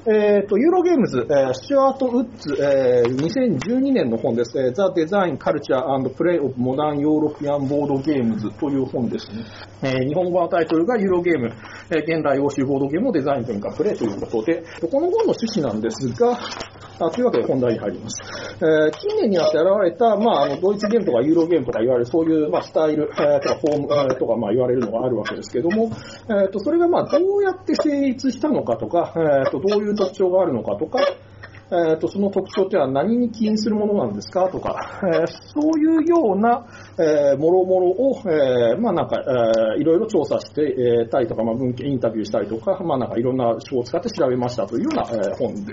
ユーロゲームズ、スチュアート・ウッズ、2012年の本です。The Design, Culture and Play of Modern European Board Games という本ですね。日本語のタイトルがユーロゲーム、現代欧州ボードゲームのデザイン文化プレイということで、この本の趣旨なんですが、というわけで本題に入ります。近年になって現れた、ドイツゲームとかユーロゲームとか言われる、そういう、スタイル、とかフォーム、とか、言われるのがあるわけですけども、それが、どうやって成立したのかとか、どういう特徴があるのかとか、その特徴というのは何に起因するものなんですかとか、そういうような、もろもろを、いろいろ調査してたりとか、文献インタビューしたりとか、いろんな手法を使って調べましたというような、本です。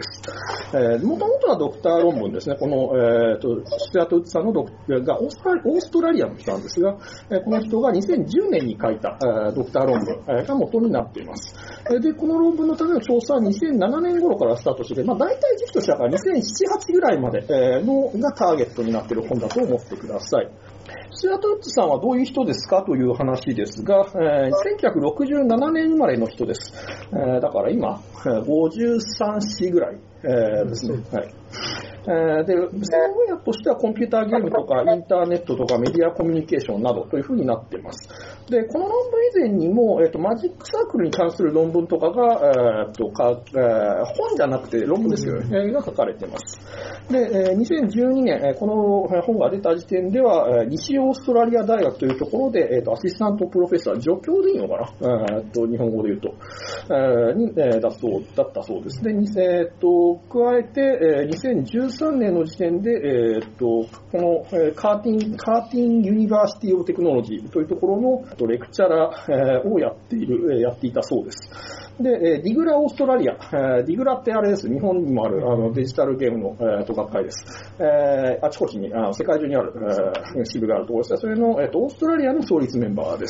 もともとはドクター論文ですね。この、スチュアート・ウッズさんのがオーストラリアの人なんですが、この人が2010年に書いた、ドクター論文が元になっています。で、この論文のための調査は2007年頃からスタートして、大体時期としては2007、8ぐらいまでのがターゲットになっている本だと思ってください。スチュアート・ウッズさんはどういう人ですかという話ですが、1967年生まれの人です。だから今、53、4ぐらいですね。はい。で、専門分野としてはコンピューターゲームとかインターネットとかメディアコミュニケーションなどというふうになっています。で、この論文以前にも、マジックサークルに関する論文とかが、本じゃなくて論文ですよね、が書かれています。で、2012年、この本が出た時点では、西オーストラリア大学というところで、アシスタントプロフェッサー、助教でいいのかな、日本語で言うと、だったそうですね。加えて、2013年の時点で、このカーティンユニバーシティオブテクノロジーというところのレクチャラーをやっていたそうです。で、ディグラオーストラリア、ディグラってあれです。日本にもあるデジタルゲームの学会です。あちこちに世界中にある支部があるところです。それのオーストラリアの創立メンバーです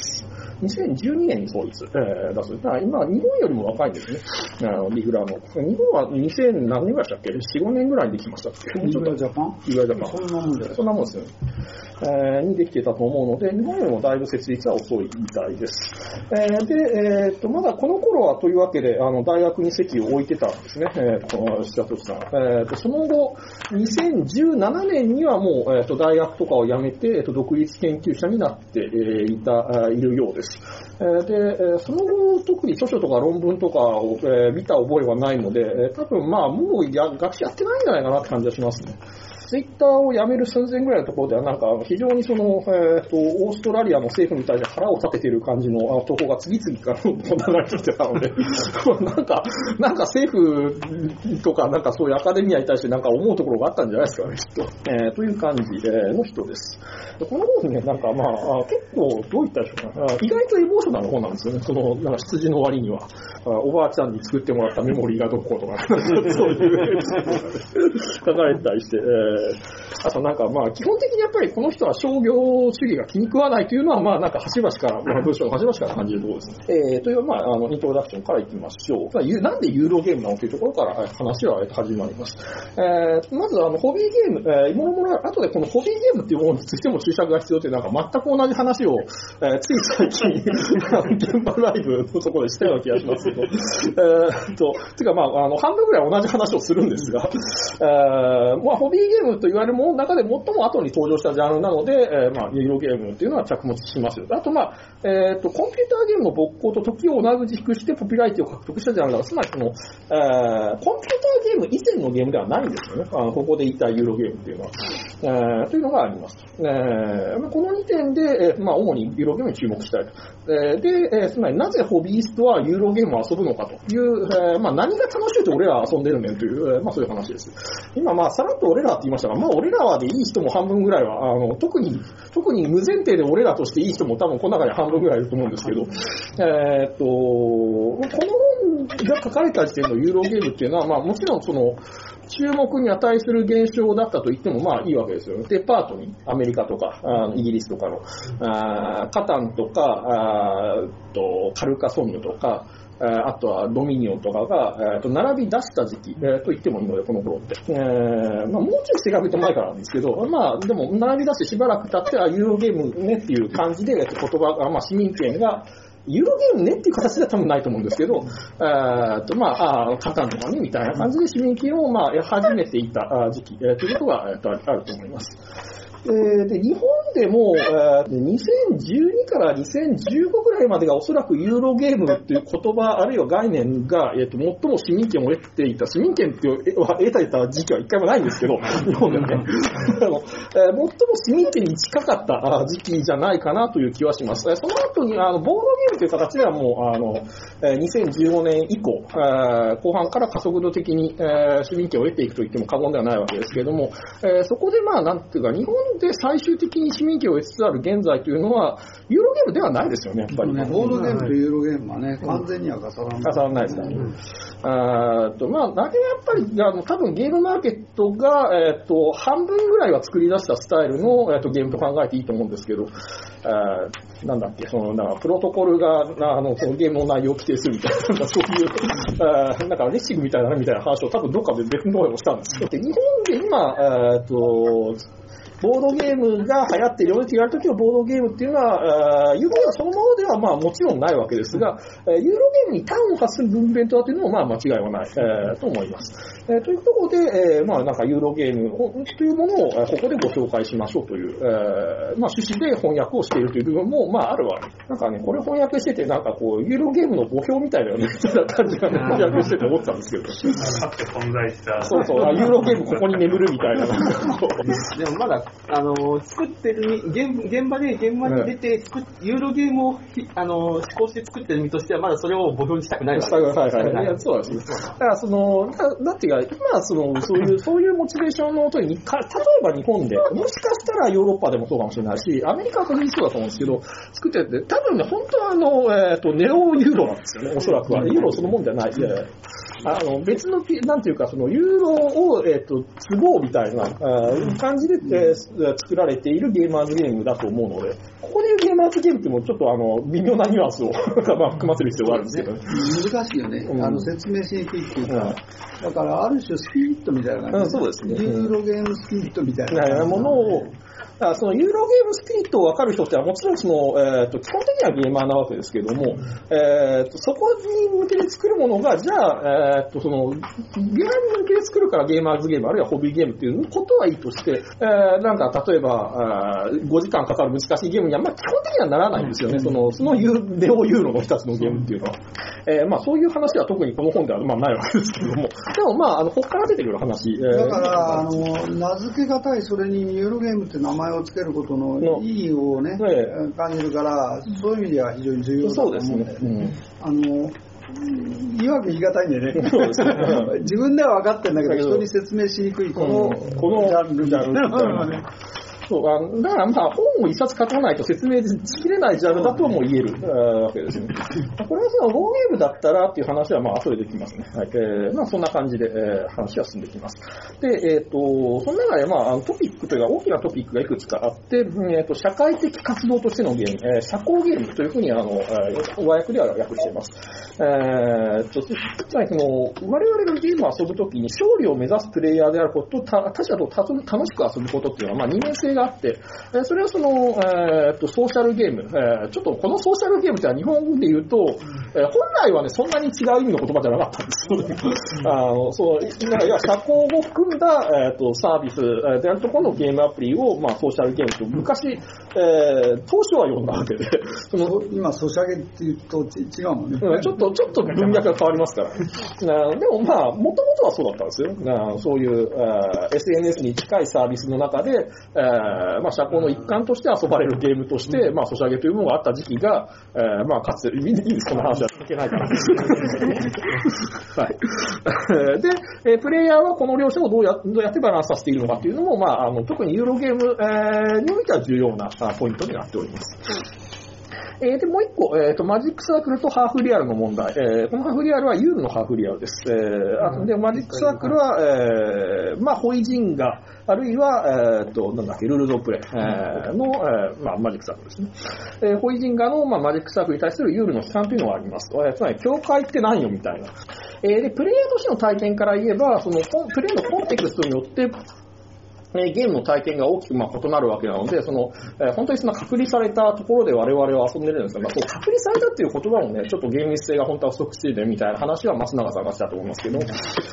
。2012年に創立だそうです。今日本よりも若いんですね。ディグラの。日本は2000何年ぐらいでしたっけ？4、5年ぐらいにできましたっけ？ ディグラジャパン？ ディグラジャパン。そんなもんですよね。にできてたと思うので、日本よりもだいぶ設立は遅いみたいです。で、まだこの頃はというわけで、大学に席を置いてたんですね。このスチュアートさん。その後、2017年にはもう、大学とかを辞めて、独立研究者になっているようです。で、その後、特に著書とか論文とかを見た覚えはないので、多分もう学習やってないんじゃないかなって感じがしますね。ツイッターをやめる寸前ぐらいのところでは非常にオーストラリアの政府に対して腹を立てている感じの投稿が次々から流れてきてたのでなんか政府とかそういうアカデミアに対して思うところがあったんじゃないですかね、きっと。という感じの人です。この本ね、結構どういったでしょうか。意外とエモーショナルな本なんですよね。羊の割には。おばあちゃんに作ってもらったメモリーがどことか、そういう書かれてたりして、あと基本的にやっぱりこの人は商業主義が気に食わないというのは、端々から、文章の端々から感じるところですね。という、イントロダクションからいきましょう。なんでユーロゲームなのというところから話は始まります。まず、ホビーゲーム、今のものは、後でこのホビーゲームっていうものについても注釈が必要という、全く同じ話を、つい最近、現場ライブのところでしたような気がしますけど、てか半分ぐらい同じ話をするんですが、ホビーゲームと言われるものの中で最も後に登場したジャンルなので、ユーロゲームっていうのは着目しますよ。あと、コンピューターゲームの勃興と時を同じくしてポピュラリティを獲得したジャンルだから、つまりコンピューターゲーム以前のゲームではないんですよね。ここで言いたいユーロゲームっていうのは。というのがあります。この2点で、主にユーロゲームに注目したいと。で、つまりなぜホビーストはユーロゲームを遊ぶのかという、何が楽しいと俺らは遊んでるねんという、そういう話です。今、さらっと俺らって言いましたが、俺らはでいい人も半分ぐらいは、特に無前提で俺らとしていい人も多分この中に半分ぐらいいると思うんですけど、この本が書かれた時点のユーロゲームっていうのは、もちろん注目に値する現象だったと言ってもいいわけですよ。デパートにアメリカとかイギリスとかのカタンとかカルカソンヌとかあとはドミニオンとかが並び出した時期と言ってもいいので、この頃って。もうちょい正確に言うと前からなんですけど、でも並び出してしばらく経ってユーロゲームねっていう感じで言葉が市民権がユーロゲームねっていう形では多分ないと思うんですけど、カタンとかね、みたいな感じで市民権を始めていた時期、ということがあると思います。で、日本でも、2012から2015ぐらいまでがおそらくユーロゲームっていう言葉、あるいは概念が、最も市民権を得ていた、市民権って得ていた時期は一回もないんですけど、日本ではね。最も市民権に近かった時期じゃないかなという気はします。その後に、ボードゲームという形ではもう、2015年以降、後半から加速度的に、市民権を得ていくと言っても過言ではないわけですけれども、そこでなんていうか、日本で最終的に市民権を得つつある現在というのは、ユーロゲームではないですよね、やっぱり。 ボードゲームとユーロゲームはね、完全には重ならないですからね。だけどやっぱり、多分ゲームマーケットが、半分ぐらいは作り出したスタイルの、ゲームと考えていいと思うんですけど、なんだっけ、プロトコルが、そのゲームの内容を規定するみたいな、そういう、なんかレッシングみたいな話を多分どっかで別のところでもしたんですよ。で、日本で今、ボードゲームが流行っているよって言われた時のボードゲームっていうのは、ユーロゲームそのものではもちろんないわけですが、ユーロゲームに端を発する文面とはというのも間違いはない、と思います。というところで、なんかユーロゲームというものをここでご紹介しましょうという、趣旨で翻訳をしているという部分もあるわけです。なんかね、これ翻訳しててなんかこう、ユーロゲームの墓標みたいなね、そんな感じがね、翻訳してて思ってたんですけど。 かつて存在した。 そうそう、ユーロゲームここに眠るみたいな。 でもまだ作ってる現場に出てユーロゲームを思考して作ってる身としてはまだそれを墓標にしたくないわけです。 はい。そうですね。だからだっていうか今そういうモチベーションのもとに例えば日本でもしかしたらヨーロッパでもそうかもしれないしアメリカは確実そうだと思うんですけど作ってて多分ね本当はネオユーロなんですよねおそらくはユーロそのもんじゃない。別のなんていうかそのユーロを都合みたいな感じで作られているゲーマーズゲームだと思うので、ここでいうゲーマーズゲームってもちょっと微妙なニュアンスを含ませる必要があるんですけど、ね、 難しいよね、説明しにくいっていうか、だからある種スピリットみたいな感じ、 そうですね、 ユーロゲームスピリットみたいなものをだからそのユーロゲームスピリットを分かる人ってはもちろん基本的にはゲーマーなわけですけども、そこに向けて作るものがじゃあ、そのゲーマーに向けて作るからゲーマーズゲームあるいはホビーゲームっていうことはいいとしてなんか例えば5時間かかる難しいゲームには基本的にはならないんですよね、そのネオユーロの一つのゲームっていうのは、そういう話は特にこの本ではないわけですけども、でもここから出てくる話、 だから名付けがたいそれにユーロゲームって名前をつけることの意義をね、感じるから、そういう意味では非常に重要だと思うんだよね。言い訳言い難いんでね。自分では分かってるんだけど、人に説明しにくいこのジャンルみたいなね。 そうだから本を一冊書かないと説明しきれないジャンルだとも言えるわけですね。これはそのウォーゲームだったらっていう話は後でできますね。はい、そんな感じで、話は進んできます。で、その中でトピックというか大きなトピックがいくつかあって、社会的活動としてのゲーム、社交ゲームというふうに和訳では訳しています。つまり我々がゲームを遊ぶときに勝利を目指すプレイヤーであることと他者と楽しく遊ぶことっていうのは人間性があって、それはその、ソーシャルゲーム、ちょっとこのソーシャルゲームって日本で言うと、本来はね、そんなに違う意味の言葉じゃなかったんですよ。社交を含んだ、サービスであるところのゲームアプリを、ソーシャルゲームと昔、当初は呼んだわけで。 今、ソシャゲって言うと違うもんね。 ちょっと文脈が変わりますから。でももともとはそうだったんですよ。そういう、SNS に近いサービスの中で、社交の一環として遊ばれるゲームとして、ソシャゲというものがあった時期が、かつて、いいです、この話は関係ないから。はい。で、プレイヤーはこの両者をどうやってバランスさせているのかというのも、特にユーロゲーム、においては重要なポイントになっております。で、もう一個、マジックサークルとハーフリアルの問題。このハーフリアルはユールのハーフリアルです。で、マジックサークルは、ホイジンガ、あるいは、ルールドプレイ、の、マジックサークルですね。ホイジンガの、マジックサークルに対するユールの批判というのがあります。つまり、境界って何よみたいな。で、プレイヤーとしての体験から言えば、その、プレイのコンテクストによって、 ゲームの体験が大きく異なるわけなので、本当にその隔離されたところで我々は遊んでるんですが、そう隔離されたっていう言葉もね、ちょっと厳密性が本当は不足しているみたいな話は松永さんがしたと思いますけど、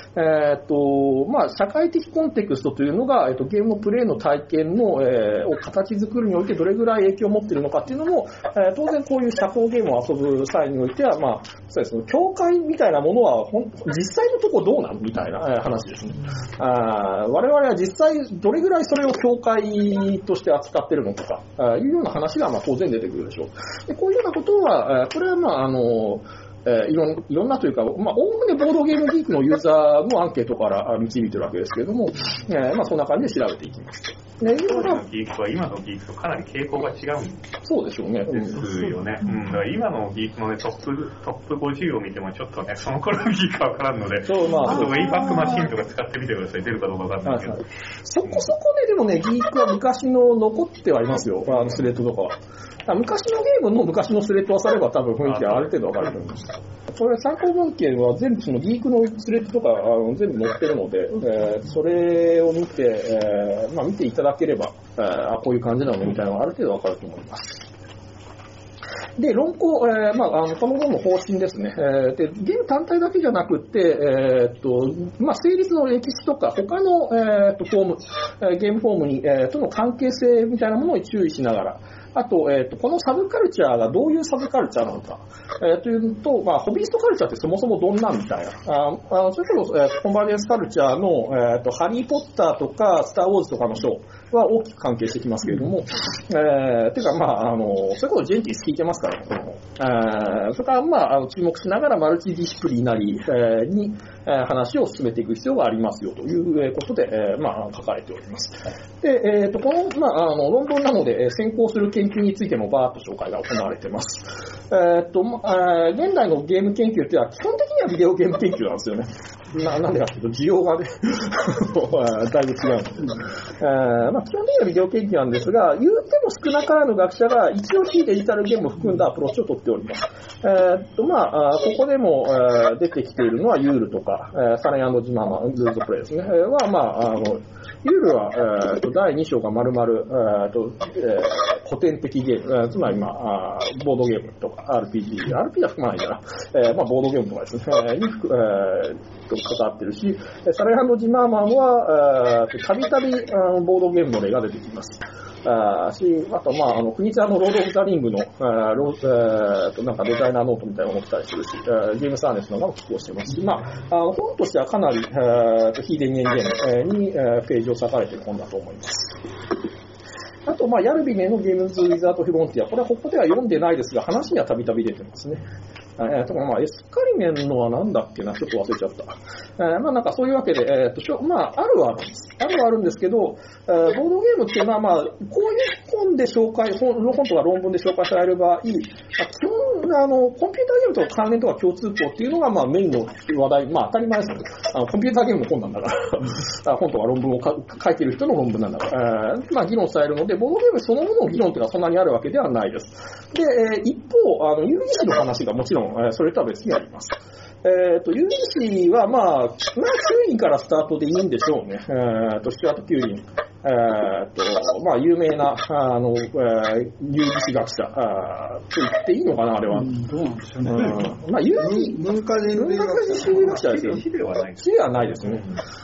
社会的コンテクストというのが、ゲームのプレイの体験の、を形作るにおいてどれぐらい影響を持っているのかっていうのも、当然こういう社交ゲームを遊ぶ際においては、そうですね、境界みたいなものは実際のとこどうなんみたいな話ですね。我々は実際どれぐらいそれを境界として扱っているのとかいうような話が当然出てくるでしょう。でこういうようなことは、これはいろんなというか、おおむねボードゲームギークのユーザーのアンケートから導いてるわけですけれども、そんな感じで調べていきます。 当時のギークは今のギークとかなり傾向が違うんそうでしょうね。 ですよね。だから今のギークのね、トップ50を見てもちょっとね、その頃のギークはわからんので、あとウェイバックマシンとか使ってみてください。出るかどうかわかんないけど。 そこそこででもね、ギークは昔の残ってはいますよ。スレッドとかは。昔のゲームの昔のスレッドをされば多分雰囲気はある程度わかると思います。これ参考文献は全部そのギークのスレッドとか全部載ってるので、それを見て、見ていただければ、こういう感じなのみたいなのがある程度わかると思います。で、論考、この本の方針ですね。で、ゲーム単体だけじゃなくて、成立の歴史とか、他の、ゲームフォームに、との関係性みたいなものを注意しながら、あと、このサブカルチャーがどういうサブカルチャーなのか、というのと、ホビーストカルチャーってそもそもどんなんみたいな。それこそ、コンバージェンスカルチャーの、ハリーポッターとか、スターウォーズとかのショーは大きく関係してきますけれども、ていうか、それこそジェンティス聞いてますから、それから注目しながらマルチディシプリナリーに話を進めていく必要がありますよということで、書かれております。で、この、論文なので、先行する研究についてもバーッと紹介が行われています。現代のゲーム研究っては基本的にはビデオゲーム研究なんですよね。なんでかというと、需要がね、だいぶ違うんです。基本的にはビデオ研究なんですが、言うても少なからぬ学者が一応非デジタルゲームを含んだアプローチを取っております。ここでも出てきているのはユールとか、サレン&ジママ、ルーズプレイですね。ユールは、第2章が丸々、古典的ゲーム、つまりボードゲームとか RPG は含まないから、ボードゲームとかですね、に関わってるし、サレン&ジマーマンは、たびたびボードゲームの例が出てきます。あと、国ちゃんのロード・オブ・ザ・リングの、なんかデザイナーノートみたいなのを持ったりするし、ゲームサーネスなんかも寄稿してますし、本としてはかなり、非電源ゲームにページを割かれている本だと思います。あと、ヤルビネのゲームズ・ウィザード・フロンティア。これはここでは読んでないですが、話にはたびたび出てますね。エスカリメンのはなんだっけな、ちょっと忘れちゃった。なんかそういうわけで、あるはあるんです。あるはあるんですけど、ボードゲームっていうのは、こういう本で紹介、本とか論文で紹介される場合、基本、コンピューターゲームとか関連とか共通項っていうのが、メインの話題、当たり前ですよね。コンピューターゲームの本なんだから本とか論文を書いてる人の論文なんだから、議論されるので、ボードゲームそのものの議論っていうのはそんなにあるわけではないです。で、一方、有利子の話がもちろん、それとは別にあります。有利子は、キューリンからスタートでいいんでしょうね。スチュワート・キューリン。有名な、有利子学者、と言っていいのかな、あれは。 どうなんでしょうね。 文化人類学者ですよ。 死ではない。 死ではないですよね。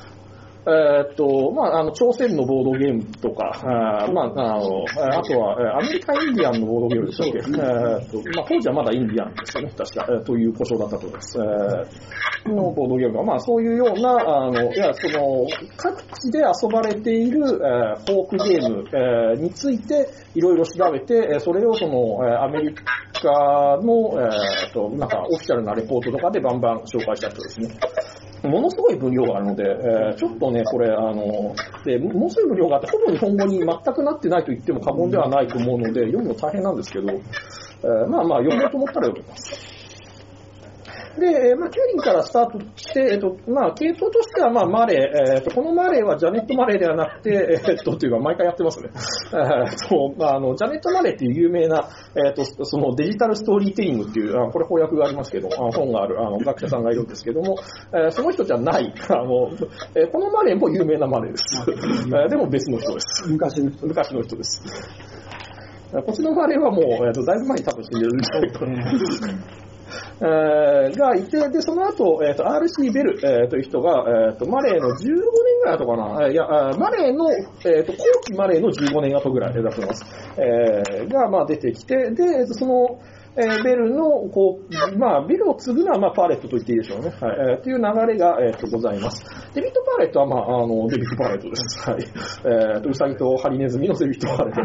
朝鮮のボードゲームとか、あとは、アメリカインディアンのボードゲームでしたっけ、当時はまだインディアンですよね、確か、という故障だったと思います。のボードゲームが、そういうような、各地で遊ばれている、フォークゲーム、について、いろいろ調べて、それをアメリカの、なんかオフィシャルなレポートとかでバンバン紹介した人ですね。ものすごい分量があるので、ちょっとね、これ、ものすごい分量があって、ほぼ日本語に全くなってないと言っても過言ではないと思うので、読むの大変なんですけど、読もうと思ったら読めます。 で、9人からスタートして、系統としては、マレー、このマレーはジャネット・マレーではなくて、っていうか、毎回やってますね。ジャネット・マレーっていう有名な、そのデジタルストーリーテリングっていう、これ翻訳がありますけど、本がある、学者さんがいるんですけども、その人じゃない、このマレーも有名なマレーです。でも別の人です。昔の人です。こっちのマレーはもう、だいぶ前に多分死んでるんじゃないかな。がいて、で、その後、RC ベル、という人が、マレーの15年ぐらい後かな。いや、マレーの、後期マレーの15年後ぐらいだと思います。が、出てきて、で、その、ベルの、ベルを継ぐのは、パーレットと言っていいでしょうね。はい。という流れが、ございます。デビッド・パーレットは、デビッド・パーレットです。はい。ウサギとハリネズミのデビッド・パーレットです。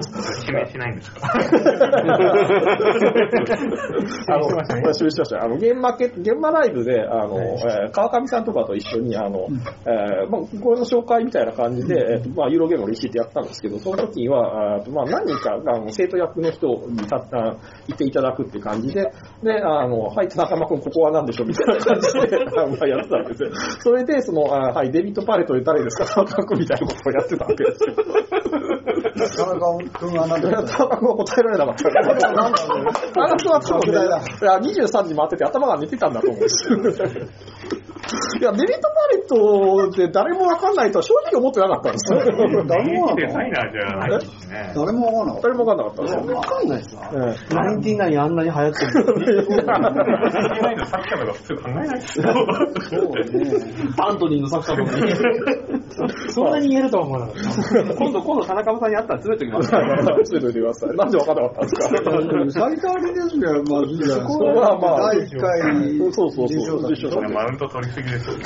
指名しないんですか指名しました。現場ライブで、川上さんとかと一緒に、これの紹介みたいな感じで、ユーロゲームの歴史ってやったんですけど、その時には、何人か、生徒役の人にいていただくっていう感じで、はい、田中間君ここは何でしょうみたいな感じでやってたんですよ。それで、はい、デビッド・パーレットで誰ですか田中君みたいなことをやってたわけですよ。 田中君は何で田中君は答えられなかった。田中君は多分23時回ってて頭が寝てたんだと思うんですよ。いや、デビッド・パレットって誰もわかんないとは正直思ってなかったんですよ。 誰もわかんないですね。 誰もわかんなかった。 誰もわかんなかった。 わかんないですな。 ナインティナインあんなに流行ってるのに。 ナインティナインの作者とか普通考えないですよ。 そうね。アントニーの作者とかに。そんなに言えるとは思わなかった。今度田中さんに会ったら連れてきます。 連れてきます。なんでわかんなかったんですか。 最多あれですね、まずいじゃないですか。第1回。 そう。受賞者。 マウント取りすぎですよ。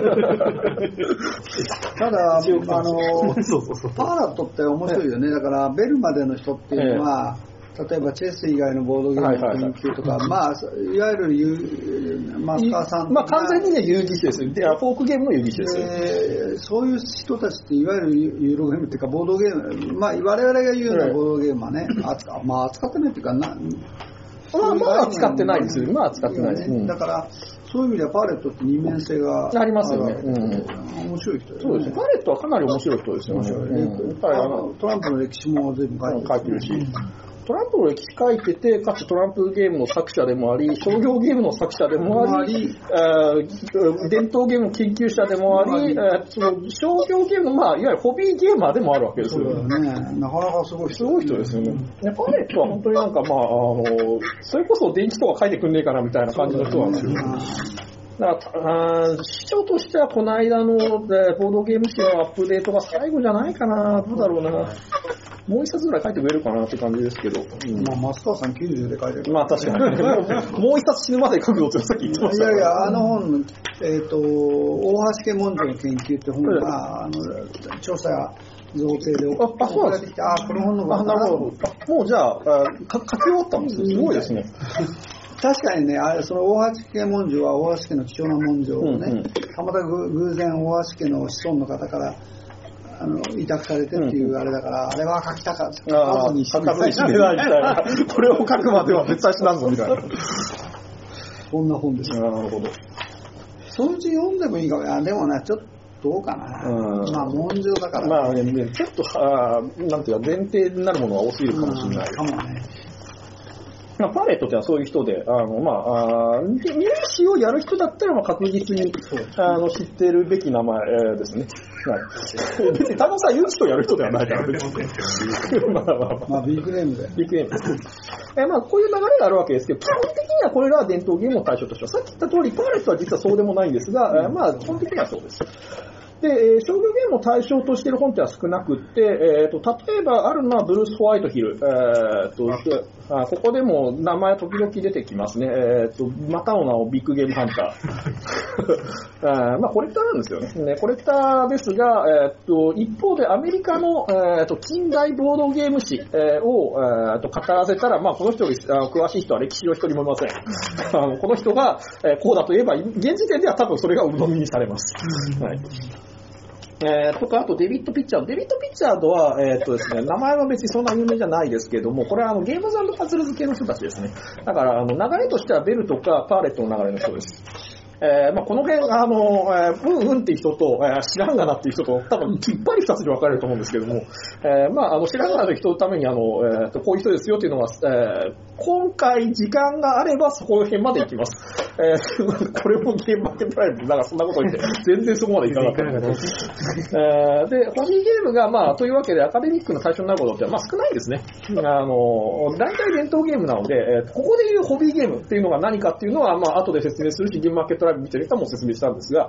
ただ、パーラットって面白いよね。だから、ベルまでの人っていうのは、例えばチェス以外のボードゲームの研究とか、いわゆるマスターさんとか。 完全にね、遊戯士ですね。フォークゲームの遊戯士ですよ。 そういう人たちって、いわゆるユーロゲームっていうか、ボードゲーム、我々が言うようなボードゲームはね、扱ってないっていうか、 使ってないですよ。使ってないです。 だから、そういう意味ではパーレットって二面性がありますよね。 面白い人ですね。 そうですね。パーレットはかなり面白い人ですよね。 トランプの歴史も随分書いてるし。 トランプの歴史書いてて、かつトランプゲームの作者でもあり、商業ゲームの作者でもあり、伝統ゲームの研究者でもあり、その商業ゲームの、いわゆるホビーゲーマーでもあるわけですよ。 そうだね。なかなかすごい人ですよね。パーレットは本当になんかそれこそ電気とか書いてくんねえかなみたいな感じの人なんですよ。だから市長としてはこの間のボードゲーム誌のアップデートが最後じゃないかな。どうだろうな。もう一冊ぐらい書いてくれるかなって感じですけど。 マスターさん90で書いてる。 確かに。もう一冊死ぬまで書くぞってさっき言ってました。 いや、あの本、大橋家文書の研究って本が、調査贈呈で送られてきて、この本のなるほど。もうじゃあ、書き終わったんですよ。すごいですね。 確かにね、その大橋家文書は大橋家の貴重な文書をね、たまたま偶然大橋家の子孫の方から委託されてっていうあれだから、あれは書きたかった。書かずに死ねないみたいな。 これを書くまでは絶対死なんぞみたいな。 そんな本です。 なるほど。 そのうち読んでもいいかも。でもな、ちょっとどうかな。文書だから。 ちょっと、なんていうか、前提になるものは多すぎるかもしれない。 かもね。 パレットってのはそういう人で、入試をやる人だったら確実に知ってるべき名前ですね。別に田中さん、有志とやる人ではないから別に。 ビッグネームで。 ビッグネームです。こういう流れがあるわけですけど、基本的にはこれらは伝統ゲームを対象としては、さっき言った通り、パレットは実はそうでもないんですが、基本的にはそうです。で、商業ゲームを対象としている本っては少なくって、例えばあるのはブルース・ホワイトヒル。ここでも名前時々出てきますね。またの名をビッグゲームハンター。コレクターなんですよね。コレクターですが、一方でアメリカの、近代ボードゲーム史、を、語らせたら、この人詳しい人は歴史の人にもいません。この人が、こうだと言えば、現時点では多分それが鵜呑みにされます。はい。 とか、あとデビッド・ピッチャード。デビッド・ピッチャードは、ですね、名前は別にそんな有名じゃないですけども、これはゲームズ&パズルズ系の人たちですね。だから、流れとしてはベルとかパーレットの流れの人です。この辺、っていう人と、知らんがなっていう人と、多分、きっぱり二つに分かれると思うんですけども、知らんがなという人のために、こういう人ですよっていうのが、今回時間があればそこら辺まで行きます。これもゲームマーケットライブで、なんかそんなこと言って、全然そこまでいかなかった。で、ホビーゲームが、というわけでアカデミックの対象になることって、少ないですね。大体伝統ゲームなので、ここでいうホビーゲームっていうのが何かっていうのは、後で説明するし、ゲームマーケットライブ見てる人はもう説明したんですが、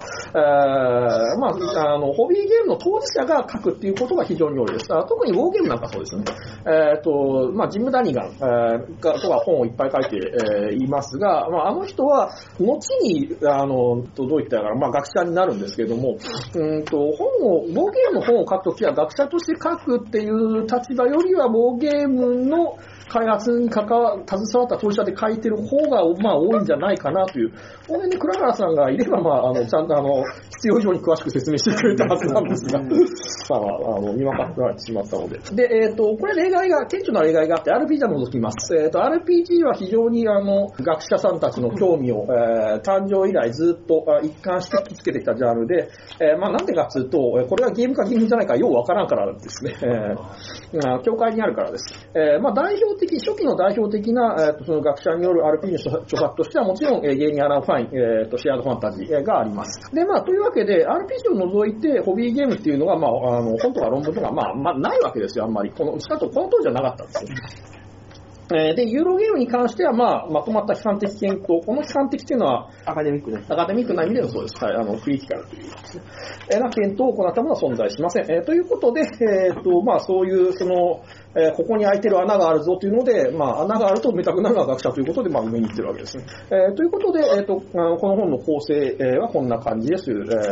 ホビーゲームの当事者が書くっていうことが非常に多いです。特にウォーゲームなんかそうですね。ジム・ダニガンとか本をいっぱい書いていますが、あの人は後にどういったら学者になるんですけれども、ウォーゲームの本を書くときは学者として書くっていう立場よりはウォーゲームの開発に携わった当事者で書いてる方が多いんじゃないかなという。この辺に倉原さんがいればちゃんと必要以上に詳しく説明してくれたはずなんですが、にわかってしまったので。で、これ例外が、顕著な例外があって RPG は除きます。RPG は非常に学者さんたちの興味を、誕生以来ずっと一貫して引きつけてきたジャンルで、なんでかというと、これはゲームかゲームじゃないかようわからんからですね。境界にあるからです。初期の代表的な、その学者による RPG の著作としてはもちろん、ゲーニアランファイン、シェアードファンタジーがあります。で、というわけで、RPG を除いて、ホビーゲームっていうのが、本とか論文とか、ないわけですよ、あんまり。しかもこの当時はなかったんですよ。で、ユーロゲームに関しては、まとまった批判的検討。この批判的っていうのは、アカデミックな意味でのそうです。はい、クリティカルというですね。検討を行ったものは存在しません。ということで、そういう、ここに開いてる穴があるぞというので、穴があると埋めたくなるのは学者ということで、埋めに行ってるわけですね。ということで、この本の構成はこんな感じです。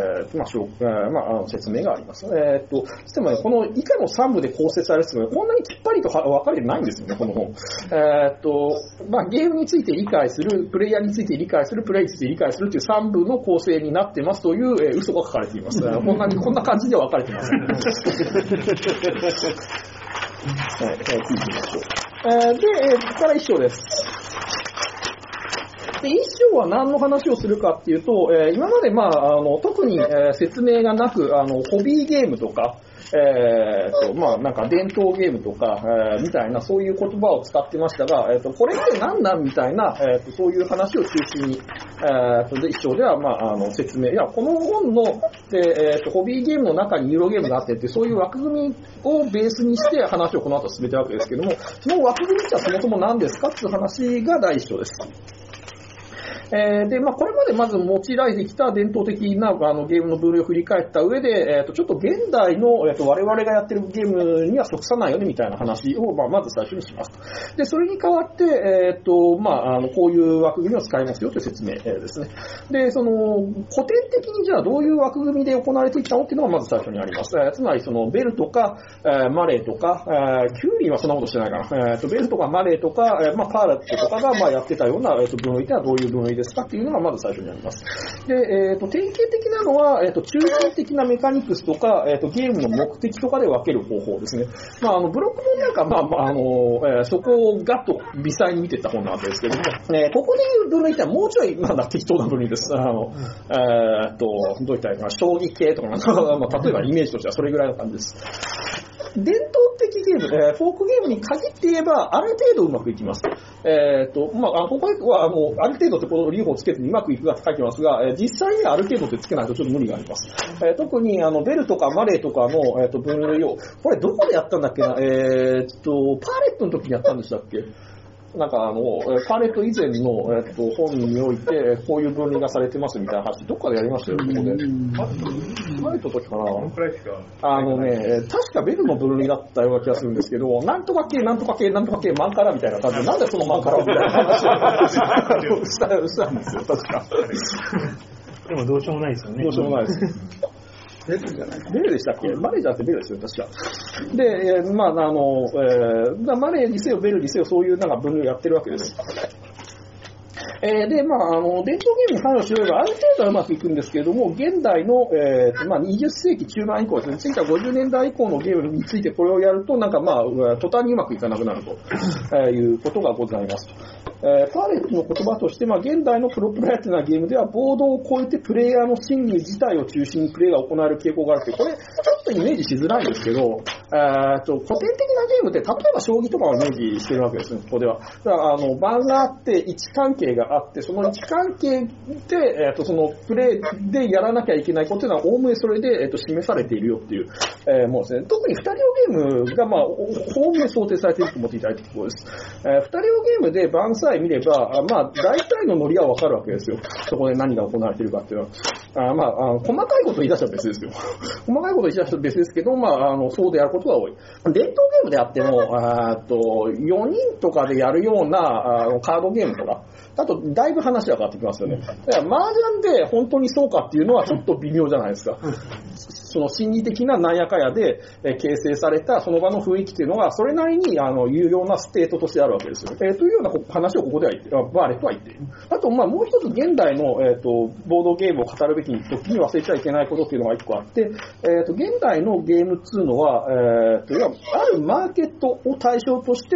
説明があります。でもね、この以下の3部で構成されるんですけど、こんなにきっぱりと分かれてないんですよね、この本。ゲームについて理解する、プレイヤーについて理解する、プレイについて理解するという3部の構成になってますという、嘘が書かれています。こんな感じでは分かれていません。はい、聞いてみましょう。で、ここから一章です。で、一章は何の話をするかっていうと、今まで特に、説明がなく、ホビーゲームとか、なんか伝統ゲームとか、みたいなそういう言葉を使ってましたが、これって何なんみたいな、そういう話を中心に、一章では、説明。いや、この本の、ホビーゲームの中にユーロゲームがあってって、そういう枠組みをベースにして話をこの後進めてるわけですけども、その枠組みってそもそも何ですかっていう話が第一章です。で、これまでまず用いられてきた伝統的なゲームの分類を振り返った上で、ちょっと現代の、我々がやってるゲームには即さないよねみたいな話を、まず最初にします。で、それに代わって、こういう枠組みを使いますよという説明、ですね。で、古典的にじゃあどういう枠組みで行われてきたのっていうのがまず最初にあります。つまりベルとか、マレーとか、キューリーはそんなことしてないかな。ベルとかマレーとか、パーラットとかがやってたような、分類ってのはどういう分類ですかっていうのがまず最初にあります。で、典型的なのは、中心的なメカニクスとか、ゲームの目的とかで分ける方法ですね。ブロックもなんか、そこをガッと微細に見ていった本なわけですけども、ここでいう分類ってもうちょい、適当な分類です。どういったらいいかな、将棋系とかなんか、例えばイメージとしてはそれぐらいの感じです。伝統的ゲーム、フォークゲームに限って言えば、ある程度うまくいきます。ここはある程度ってこの理由をつけてうまくいくが書いてますが、実際にはある程度ってつけないとちょっと無理があります。特にベルとかマレーとかの、分類を、これどこでやったんだっけな、パーレットの時にやったんでしたっけ？なんかパーレット以前の、本において、こういう分類がされてますみたいな話、どっかでやりましたよ、ここで。パーレットの時かな。確かベルの分類だったような気がするんですけど、なんとか系、なんとか系、なんとか系、マンカラみたいな感じで、なんでそのマンカラみたいな話をしたんですよ、確か。 でもどうしようもないですよね。 どうしようもないです。ベルじゃないベルでしたっけ？マレーじゃなくてベルですよ、確か。で、マレーにせよベルにせよそういうなんか分類をやってるわけです。 で、まあ、伝統ゲームに関与しようがある程度はうまくいくんですけれども、現代の、まあ、20世紀中盤以降ですね、1950年代以降のゲームについてこれをやると、なんかまあ、途端にうまくいかなくなると、いうことがございます。パーレットの言葉として、まあ、現代のプロプライアティなゲームでは、ボードを超えてプレイヤーの心理自体を中心にプレイが行われる傾向があるって、これ、ちょっとイメージしづらいんですけど、古典的なゲームって、例えば将棋とかをイメージしてるわけですね、ここでは。だから盤があって、位置関係があって、その位置関係で、そのプレイでやらなきゃいけないことというのは、おおむねそれで、示されているよっていう、もうですね、特に二人用ゲームが、まあ、おおむね想定されていると思っていただいているところです。二人用ゲームで盤さえ見れば、まあ、大体のノリはわかるわけですよ。そこで何が行われているかっていうのは。まあ、細かいことを言い出したら別ですよ。細かいことを言い出したら別ですけど、まあ、そうでやることが多い。伝統ゲームであっても、4人とかでやるようなカードゲームとか、あと、だいぶ話が変わってきますよね。だから、麻雀で本当にそうかっていうのはちょっと微妙じゃないですか。その心理的ななんやかやで形成されたその場の雰囲気っていうのが、それなりに有用なステートとしてあるわけですよ。というような話をここでは言って、バーレットは言っている。あと、まあ、もう一つ現代の、ボードゲームを語るべき時に忘れちゃいけないことっていうのが一個あって、現代のゲームっていうのは、あるマーケットを対象として、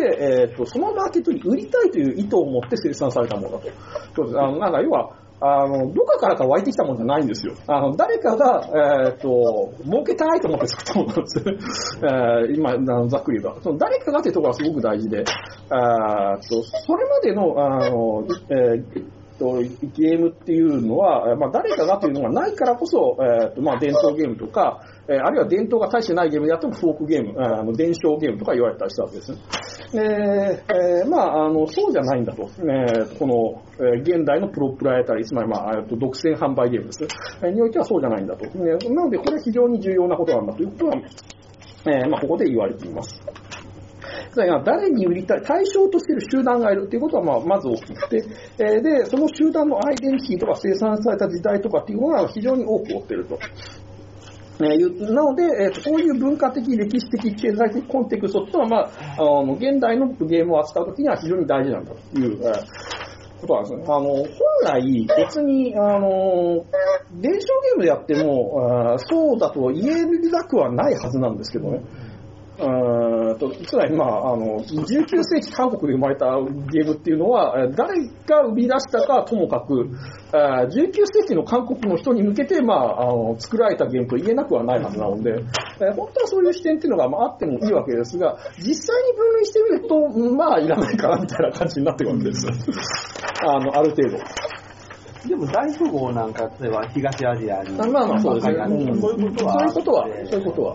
そのマーケットに売りたいという意図を持って生産されたものだと。そうです。なんか要は、どこからか湧いてきたものじゃないんですよ。誰かが、儲けたいと思って作ったものなんです。今、ざっくり言えば。その誰かがというところがすごく大事で、それまでの、ゲームっていうのは、まあ、誰かがというのがないからこそ、まあ、伝統ゲームとか、あるいは伝統が大してないゲームであってもフォークゲーム、伝承ゲームとか言われたりしたわけですね。まあ、そうじゃないんだと。この、現代のプロプライタリー、つまり、まあ、独占販売ゲームですね。においてはそうじゃないんだと。なので、これは非常に重要なことなんだということは、まあ、ここで言われています。誰に売りたい、対象としている集団がいるということはまず大きくて、で、その集団のアイデンティティとか生産された時代とかっていうものが非常に多く追っていると。なので、そういう文化的、歴史的、経済的コンテクストというのは、まあ、現代のゲームを扱うときには非常に大事なんだという、ことなんですね。本来、別に、伝承ゲームでやっても、そうだと言えなくはないはずなんですけどね。つまり、まあ、19世紀韓国で生まれたゲームっていうのは、誰が生み出したかともかく、19世紀の韓国の人に向けて、まあ、作られたゲームと言えなくはないはずなので、本当はそういう視点っていうのが、まあ、あってもいいわけですが、実際に分類してみると、まあ、いらないかなみたいな感じになってくるわけです。ある程度。 でも大富豪なんか、例えば東アジアに。 まあまあ、そうですね。そういうことは。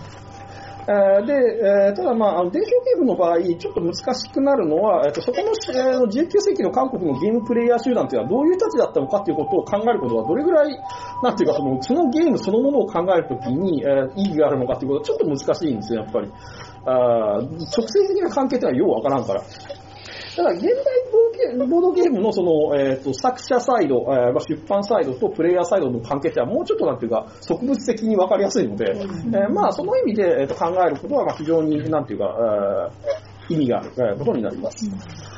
で、ただまあ、伝承ゲームの場合、ちょっと難しくなるのは、そこの19世紀の韓国のゲームプレイヤー集団というのはどういう立ちだったのかということを考えることはどれぐらい、なんていうかそのゲームそのものを考えるときに、意義があるのかということはちょっと難しいんですよ、やっぱり。直接的な関係ってのはようわからんから。ただ、現代ボードゲームの作者サイド、出版サイドとプレイヤーサイドの関係ってはもうちょっとなんていうか、植物的に分かりやすいので、まあ、その意味で、考えることは、まあ、非常になんていうか、意味があることになります。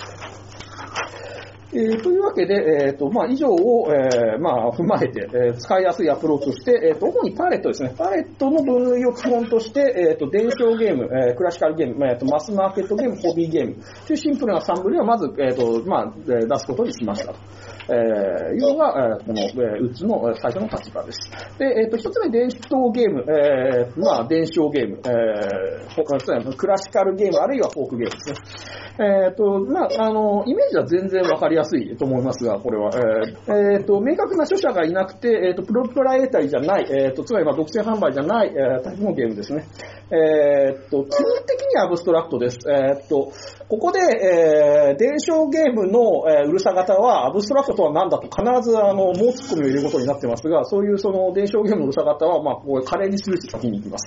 というわけで、まあ、以上を、まあ、踏まえて、使いやすいアプローチをして、主にパレットですね。パレットの分類を基本として、伝承ゲーム、クラシカルゲーム、マスマーケットゲーム、ホビーゲームというシンプルな3分類をまず、まあ、出すことにしましたと。いうのが、この、ウッズの最初の立場です。で、一つ目、伝統ゲーム、まあ、伝承ゲーム、クラシカルゲーム、あるいはフォークゲームですね。まあ、イメージは全然わかりやすいと思いますが、これは、明確な著者がいなくて、プロプライエタリーじゃない、つまり、まあ、独占販売じゃない、タイプのゲームですね。基本的にはアブストラクトです。ここで、伝承ゲームの、うるさ型は、アブストラクトとは何だと必ず、もうツッコミを入れることになってますが、そういう伝承ゲームのうるさ型は、まあ、こう、華麗にするし先に行きます。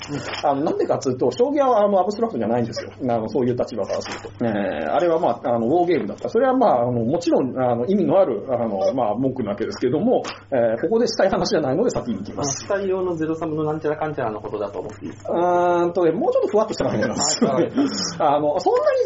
なんでかというと、将棋は、アブストラクトじゃないんですよ。そういう立場からすると。あれは、まあ、ウォーゲームだった。それは、まあ、もちろん、意味のある、まあ、文句なわけですけれども、ここでしたい話じゃないので先に行きます。 スタイ用のゼロサムのなんちゃらかんちゃらのことだと思っていいですか？ もうちょっとふわっとした感じなんです。そんなに実は、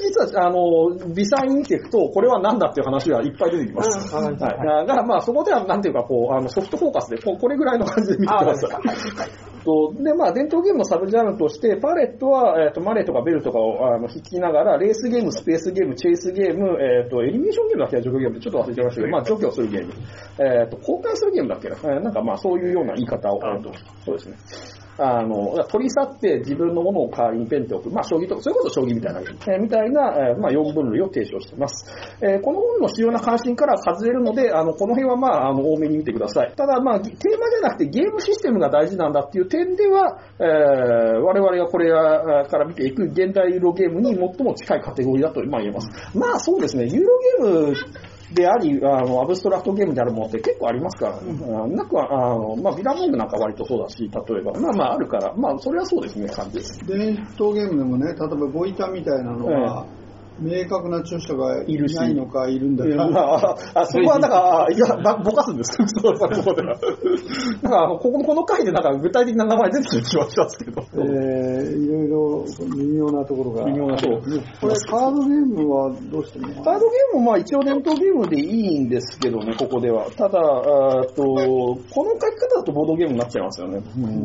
微細に見ていくと、これは何だっていう話がいっぱい出てきます。はい。だからまあ、そこではなんていうか、ソフトフォーカスで、これぐらいの感じで見てください。で、まあ、伝統ゲームのサブジャンルとして、パレットは、マレーとかベルとかを弾きながら、レースゲーム、スペースゲーム、チェイスゲーム、エリミネーションゲームだっけな、除去ゲームでちょっと忘れちゃいましたけど、まあ、除去するゲーム。交換するゲームだっけな。なんかまあ、そういうような言い方を、そうですね。取り去って自分のものを代わりにペンっておく。まあ、将棋とか、それこそ将棋みたいな、みたいな、まあ、4分類を提唱しています。この本の主要な関心から外れるので、この辺はまあ、多めに見てください。ただ、まあ、テーマじゃなくてゲームシステムが大事なんだっていう点では、我々がこれから見ていく現代ユーロゲームに最も近いカテゴリーだと、まあ、言えます。まあ、そうですね。ユーロゲーム、であり、アブストラクトゲームであるものって結構ありますから、なんか、まあ、ビラモングなんか割とそうだし、例えば、まあまああるから、まあ、それはそうですね、感じです。 伝統ゲームでもね、例えばゴイタみたいなのは、明確な著者がいないのかいるんだけど、 そこはだから、いや、ぼかすんです。そうそこでは。だからこの回でなんか具体的な名前出てきる気はしますけど。 いろいろ微妙なところが。 微妙なところ。 これカードゲームはどうしてもカードゲームもまあ一応伝統ゲームでいいんですけどね、ここでは。ただ、この書き方だとボードゲームになっちゃいますよね。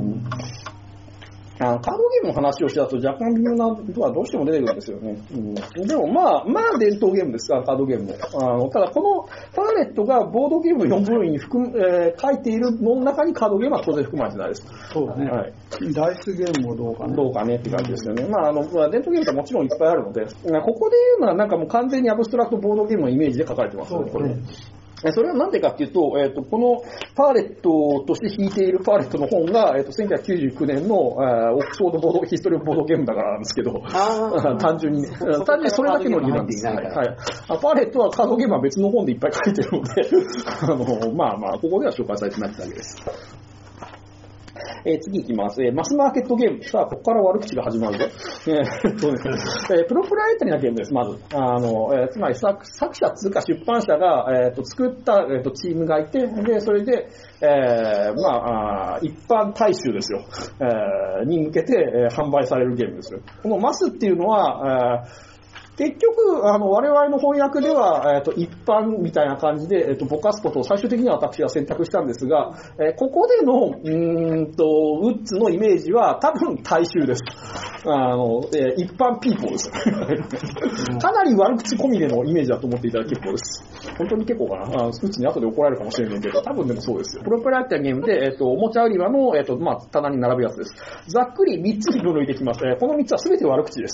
カードゲームの話をしたと若干微妙なことはどうしても出てくるんですよね。でもまあ伝統ゲームですから、カードゲームも。ただこのパーレットがボードゲーム4分類に書いているの中にカードゲームは当然含まれてないです。 そうだね。はい。ダイスゲームもどうかね。 どうかねって感じですよね。まあ伝統ゲームってもちろんいっぱいあるので、ここで言うのはなんかもう完全にアブストラクトボードゲームのイメージで書かれてますね、これ。それはなんでかっていうと、このパーレットとして引いているパーレットの本が、1999年のオックスフォードボードヒストリーボードゲームだからなんですけど、単純にそれだけの理由なんです。はい。パーレットはカードゲームは別の本でいっぱい書いてるので、まあ、ここでは紹介されてないだけです。次いきます。マスマーケットゲーム。さあ、ここから悪口が始まるぞ。プロプライタリーなゲームです、まず。つまり作者つうか出版社が、作った、チームがいて、で、それで、まあ、一般大衆ですよ。に向けて、販売されるゲームですよ。このマスっていうのは、結局、我々の翻訳では、一般みたいな感じで、ぼかすことを最終的には私は選択したんですが、ここでの、ウッズのイメージは多分大衆です。一般ピーポーです。かなり悪口込みでのイメージだと思っていただ結構です。本当に結構かな。うちに後で怒られるかもしれないけど、多分でもそうですよ。プロプライターゲームで、おもちゃ売り場の、まあ、棚に並ぶやつです。ざっくり3つに分類できます。この3つは全て悪口です。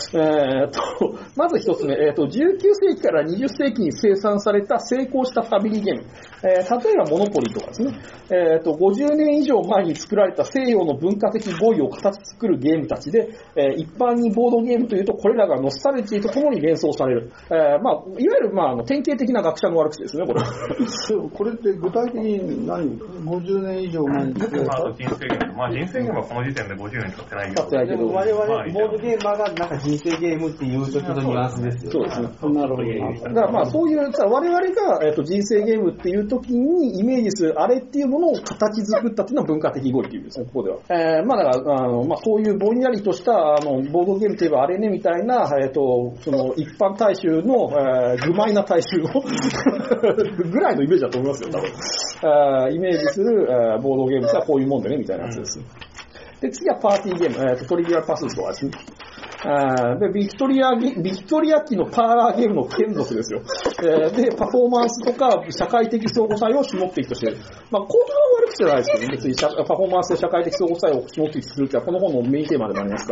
まず一つ目、19世紀から20世紀に生産された成功したファミリーゲーム。例えばモノポリとかですね。50年以上前に作られた西洋の文化的語彙を形作るゲームたちで、一般にボードゲームというとこれらがノスタルジーとともに連想される。まあ、いわゆる、まあ、典型的な学者の悪口ですね、これ。 これって具体的に何 ?50 年以上前に作られた人生ゲーム。まあ人生ゲームはこの時点で50年使ってないけど。我々、ボードゲーマーがなんか人生ゲームっていう時のニュアンスですよ。 そうですね。 なるほど。 だからまあそういう、我々が、人生ゲームっていう時にイメージするあれっていうものを形作ったっていうのは文化的語彙っていうんですね、ここでは。まあだからまあそういうぼんやりとしたボードゲームといえばあれねみたいな、その一般大衆の、愚昧な大衆のぐらいのイメージだと思いますよ、多分。イメージする、ボードゲームってこういうもんでねみたいなやつです。で、次はパーティーゲーム、トリビアルパスとかですね。で、ビクトリア期のパーラーゲームの眷属ですよ。で、パフォーマンスとか社会的相互作用を主目的としている。まあ、これは悪口じゃないですけどね、別にパフォーマンスと社会的相互作用を主目的とするってのはこの本のメインテーマでもありますから、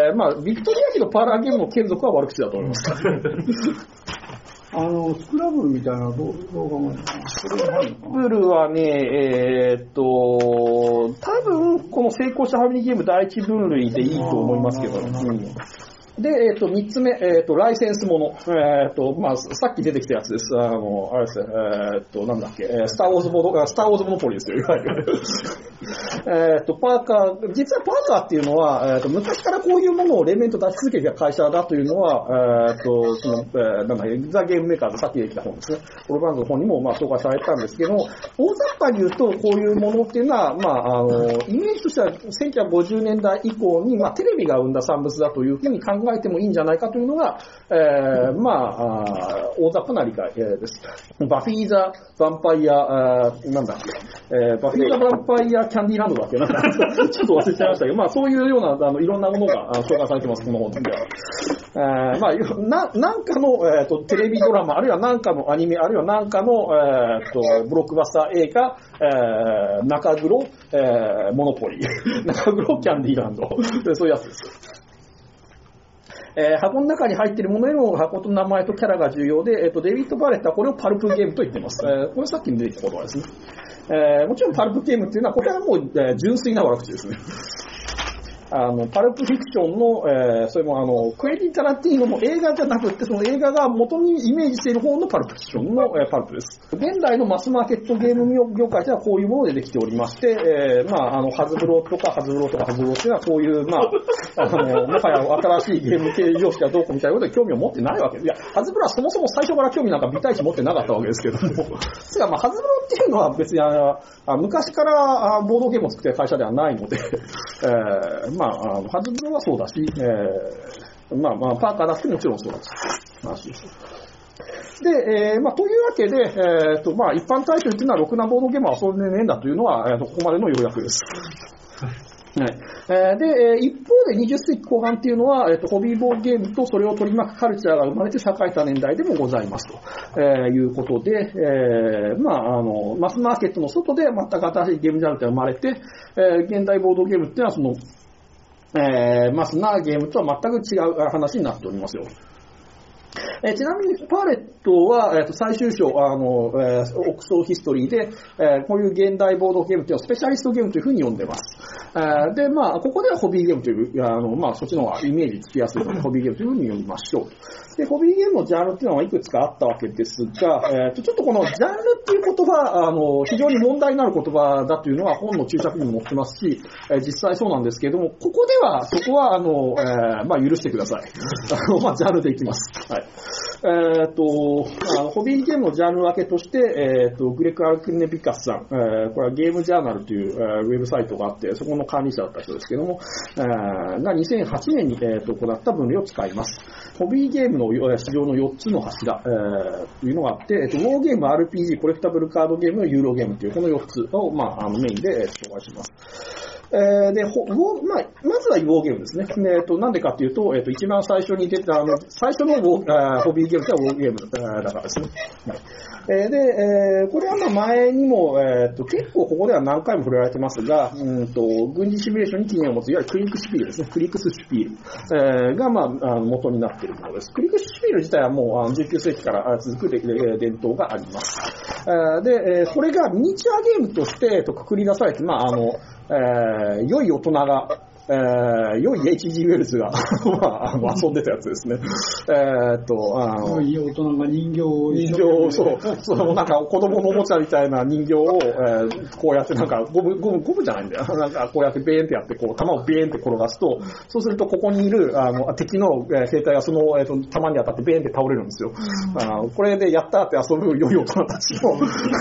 まあ、ビクトリア期のパーラーゲームの眷属は悪口だと思います。 スクラブルみたいなどう考えるのかな。 スクラブルはね、多分この成功したファミリーゲーム第一分類でいいと思いますけど、で、3つ目、ライセンスもの。まあ、さっき出てきたやつです。あれですね、なんだっけ、スターウォーズモノポリですよ、いわゆる。パーカー、実はパーカーっていうのは、昔からこういうものを連綿と出し続けてきた会社だというのは、なんだっけ、ザ・ゲームメーカーズさっき出てきた本ですね。このバンドの本にも、まあ、紹介されたんですけども、大雑把に言うと、こういうものっていうのは、まあ、イメージとしては1950年代以降に、まあ、テレビが生んだ産物だというふうに考えてもいいんじゃないかというのが、まあ、大雑把な理解です。バフィーザ・ヴァンパイア、なんだっけ、バフィーザ・ヴァンパイア・キャンディーランドだっけな、ちょっと忘れちゃいましたけど、まあそういうような、いろんなものが紹介されてます、この本では。まあ、なんかの、テレビドラマ、あるいはなんかのアニメ、あるいはなんかの、ブロックバスター映画、中黒、モノポリ、中黒キャンディーランド、そういうやつです。箱の中に入っているものへの箱と名前とキャラが重要で、デビッド・バレットはこれをパルプゲームと言っています。これさっきに出てきた言葉ですね。もちろんパルプゲームっていうのは、これはもう、純粋な悪口ですね。パルプフィクションの、それもクエンティン・タランティーノの映画じゃなくて、その映画が元にイメージしている方のパルプフィクションの、パルプです。現代のマスマーケットゲーム業界ではこういうものでできておりまして、まあ、ハズブロとかハズブロっていうのはこういう、まあ、もはや新しいゲーム系常識はどうこうみたいなことで興味を持ってないわけです。いや、ハズブロはそもそも最初から興味なんか微対値持ってなかったわけですけども。ですが、まあ、ハズブロっていうのは別に昔からボードゲームを作っている会社ではないので、まあ、ハズブロはそうだし、まあ、パーカーだってもちろんそうだし、話です。で、まあ、というわけで、まあ、一般大衆っていうのはろくなボードゲームは遊んでねえんだというのは、ここまでの要約です。はい。で、一方で20世紀後半っていうのは、ホビーボードゲームとそれを取り巻くカルチャーが生まれて栄えた年代でもございますと、いうことで、まあ、マスマーケットの外で全く新しいゲームジャンルが生まれて、現代ボードゲームっていうのはその、マスなゲームとは全く違う話になっておりますよ。ちなみにパーレットは、最終章オックスフォードヒストリーで、こういう現代ボードゲームというのはスペシャリストゲームというふうに呼んでます。で、まあ、ここではホビーゲームという、まあ、そっちの方がイメージつきやすいので、ホビーゲームというふうに呼びましょう。で、ホビーゲームのジャンルっていうのはいくつかあったわけですが、ちょっとこのジャンルっていう言葉、非常に問題になる言葉だというのは本の注釈にも載ってますし、実際そうなんですけれども、ここでは、そこは、まあ、許してください。まあ、ジャンルでいきます。はい。ホビーゲームのジャンル分けとして、グレッグ・アルクネビカスさん、これはゲームジャーナルという、ウェブサイトがあって、そこの管理者だった人ですけども、が2008年に、行った分類を使います。ホビーゲームの市場の4つの柱、というのがあって、ウォーゲーム、RPG、コレクタブルカードゲーム、ユーロゲームというこの4つを、まあ、メインで紹介します。で、まずはウォーゲームですね。なんでかっていうと、一番最初に出た、最初のホビーゲームはウォーゲームだからですね。で、これはまあ前にも、結構ここでは何回も触れられてますが、軍事シミュレーションに起源を持つ、いわゆるクリックシュピールですね。クリックスシュピール、が、まあ、元になっているものです。クリックシュピール自体はもう19世紀から続く伝統があります。で、これがミニチュアゲームとしてくくり出されて、まあ、良い大人が、良い H.G. ウェルズが遊んでたやつですね。 良い大人が人形をそう、なんか子供のおもちゃみたいな人形を、こうやってなんかゴムじゃないんだよ。なんかこうやってベーンってやって、こう弾をベーンって転がすと、そうするとここにいる敵の兵隊がその弾に当たってベーンって倒れるんですよ。これでやったって遊ぶ良い大人たちの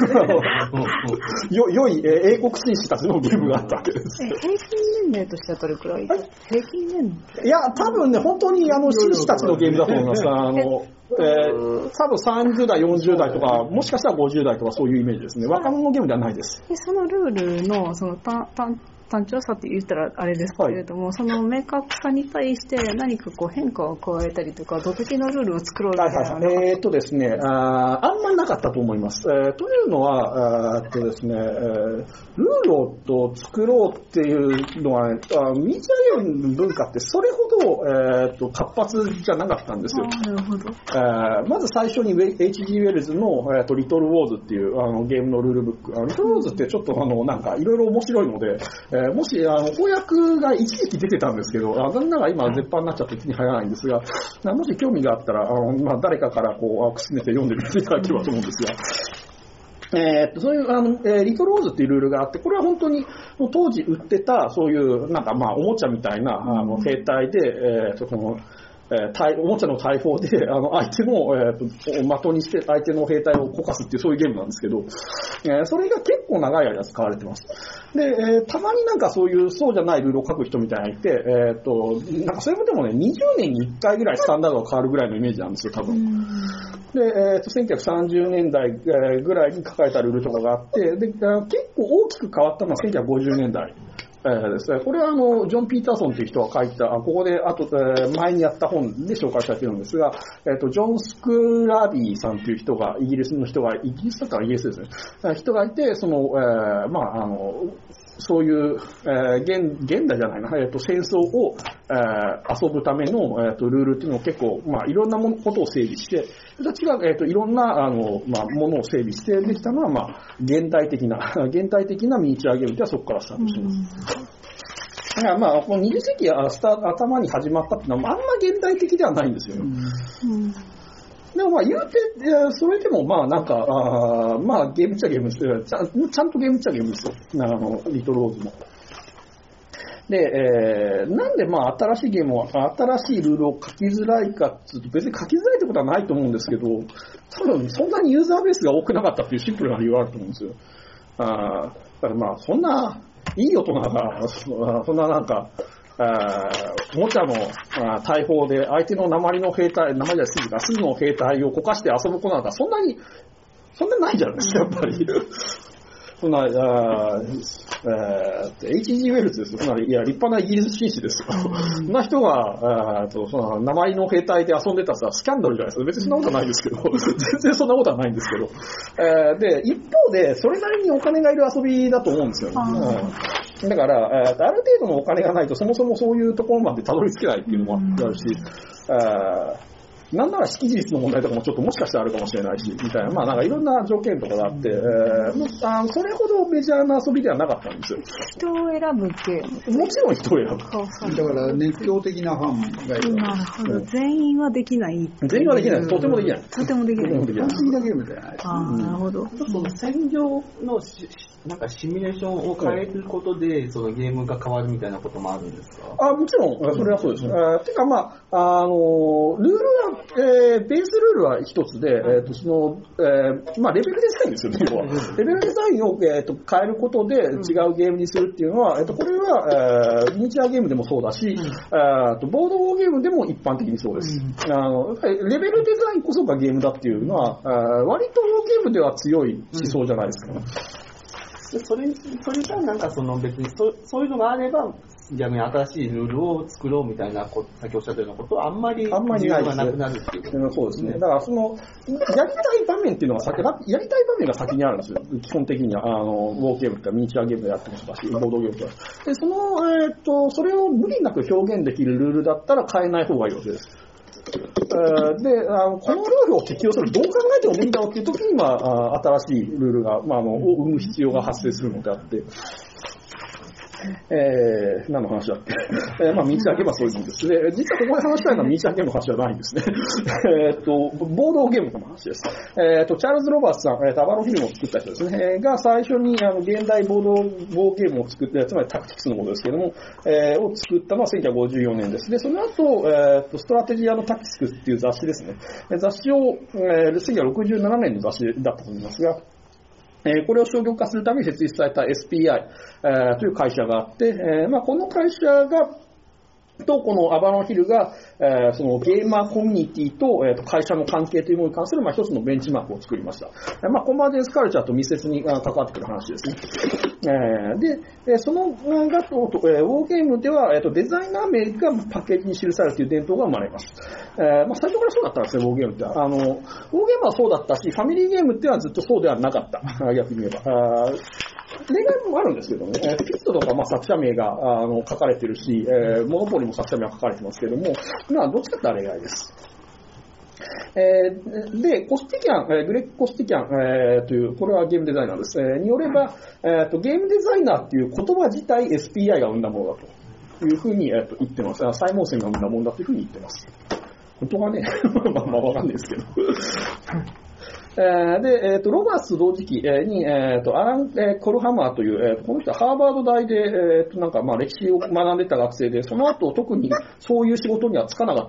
良い英国紳士たちのゲームがあったわけです。 平均年齢としてはどれくらい？平均年齢？ いや、多分ね、本当に紳士たちのゲームだと思います。多分30代、40代とか、もしかしたら50代とかそういうイメージですね。若者のゲームではないです。 そのルールの、その単調さって言ったらあれですけれども、はい、その明確さに対して何かこう変化を加えたりとか、独自のルールを作ろうみたいな。 ですね、あんまりなかったと思います。というのは、ですね、ルールを作ろうっていうのは、ミニチュアゲームの文化ってそれほど、活発じゃなかったんですよ。 なるほど。 まず最初に H.G. ウェルズの、リトルウォーズっていうゲームのルールブック。リトルウォーズってちょっとなんかいろいろ面白いので、もし翻訳が一時期出てたんですけど、残念ながら今絶版になっちゃって手に入らないんですが、もし興味があったら、誰かからこう、くすねて読んでみていただければと思うんですが。そういうリトルウォーズっていうルールがあって、これは本当に当時売ってたそういうなんかおもちゃみたいな兵隊で、 おもちゃの大砲で、相手の、的にして相手の兵隊をこかすっていうそういうゲームなんですけど、それが結構長い間使われてます。で、たまになんかそうじゃないルールを書く人みたいなのがいて、なんかそれもでもね、20年に1回ぐらいスタンダードが変わるぐらいのイメージなんですよ、多分。で、1930年代ぐらいに書かれたルールとかがあって、で、結構大きく変わったのは1950年代。ですね、これはジョン・ピーターソンという人が書いた、ここで前にやった本で紹介されているんですが、ジョン・スクラビーさんという人が、イギリスの人が、イギリスだったらイギリスですね、人がいて、そういう、現代じゃないな、戦争を、遊ぶための、ルールっていうのを結構、いろんなことを整備して、たちが、いろんな、ものを整備してできたのは、現代的なミニチュアゲームってはそこからスタートします。だからこの20世紀頭に始まったっていうのは、あんま現代的ではないんですよね。でも言うて、それでもなんか、ゲームっちゃゲームですよ。ちゃんとゲームっちゃゲームですよ。リトルローズも。で、なんで新しいゲームを、新しいルールを書きづらいかっていうと、別に書きづらいってことはないと思うんですけど、多分そんなにユーザーベースが多くなかったっていうシンプルな理由があると思うんですよ。だからそんな、いい大人が、そんななんか、おもちゃの大砲で相手の鉛の兵隊、鈴の兵隊をこかして遊ぶ子なんかそんなにないじゃないですか、やっぱり。そんな、H.G. ウェルズですよ。いや、立派なイギリス紳士ですよ。そんな人が、その鉛の兵隊で遊んでたスキャンダルじゃないですか。別にそんなことはないですけど、全然そんなことはないんですけど。で、一方で、それなりにお金がいる遊びだと思うんですよね。だから、ある程度のお金がないと、そもそもそういうところまでたどり着けないっていうのもあるし、なんなら識字率の問題とかもちょっともしかしたらあるかもしれないし、みたいな、なんかいろんな条件とかがあって、それほどメジャーな遊びではなかったんですよ。 人を選ぶゲーム。 もちろん人を選ぶ。 だから熱狂的なファンがいる。 なるほど。全員はできない。 全員はできない。とてもできない。 とてもできない。 完璧なゲームじゃない。 なるほど。 その戦場のなんかシミュレーションを変えることで、そのゲームが変わるみたいなこともあるんですか？ もちろん、それはそうです。てか、ルールは、ベースルールは一つで、レベルデザインですよね、要は。レベルデザインを、変えることで違うゲームにするっていうのは、これは、ミニチュアゲームでもそうだし、ボードゲームでも一般的にそうです。レベルデザインこそがゲームだっていうのは、割とゲームでは強い思想じゃないですかね。 それがなんか別にそういうのがあれば、逆に新しいルールを作ろうみたいな、先ほどおっしゃったようなことはあんまりないがなくなるっていう。 そうですね。だからやりたい場面っていうのがやりたい場面が先にあるんですよ。基本的には、ウォーゲームとかミニチュアゲームでやってもそうだし、ボードゲームとか。で、それを無理なく表現できるルールだったら変えない方がいいわけです。で、このルールを適用する、どう考えても無理だろうっていう時に、新しいルールが、を生む必要が発生するのであって、何の話だっけミニチュアゲームはそういうものですね。実はここで話したいのはミニチュアゲームの話じゃないんですね。ボードゲームの話です。チャールズ・ロバーツさん、アバロンフィルムを作った人ですね。が最初に現代ボードゲームを作って、つまりタクティクスのことですけども、を作ったのは1954年です。で、その後、ストラテジアのタクティクスっていう雑誌ですね。雑誌を、1967年の雑誌だったと思いますが、これを商業化するために設立された SPI、という会社があって、この会社がとこのアバロンヒルが、そのゲーマーコミュニティと、会社の関係というものに関する、一つのベンチマークを作りました。コンバージェンスカルチャーと密接に関わってくる話ですね。で、その学校と、ウォーゲームでは、デザイナー名がパッケージに記されるという伝統が生まれます。最初からそうだったんですね、ウォーゲームって。ウォーゲームはそうだったし、ファミリーゲームってはずっとそうではなかった。逆に言えば。例外もあるんですけどね、ピットとか作者名が書かれてるし、モノポリも作者名が書かれてますけども、どっちかって例外です。で、コスティキャン、グレッグ・コスティキャン、という、これはゲームデザイナーです。によれば、ゲームデザイナーっていう言葉自体 SPI が生んだものだというふうに、言ってます。サイモンセンが生んだものだというふうに言ってます。本当はね、わかんないですけど。 で、ロバーツ同時期に、アラン・コルハマーという、この人はハーバード大で、なんかまあ歴史を学んでた学生で、その後特にそういう仕事には就かなかった。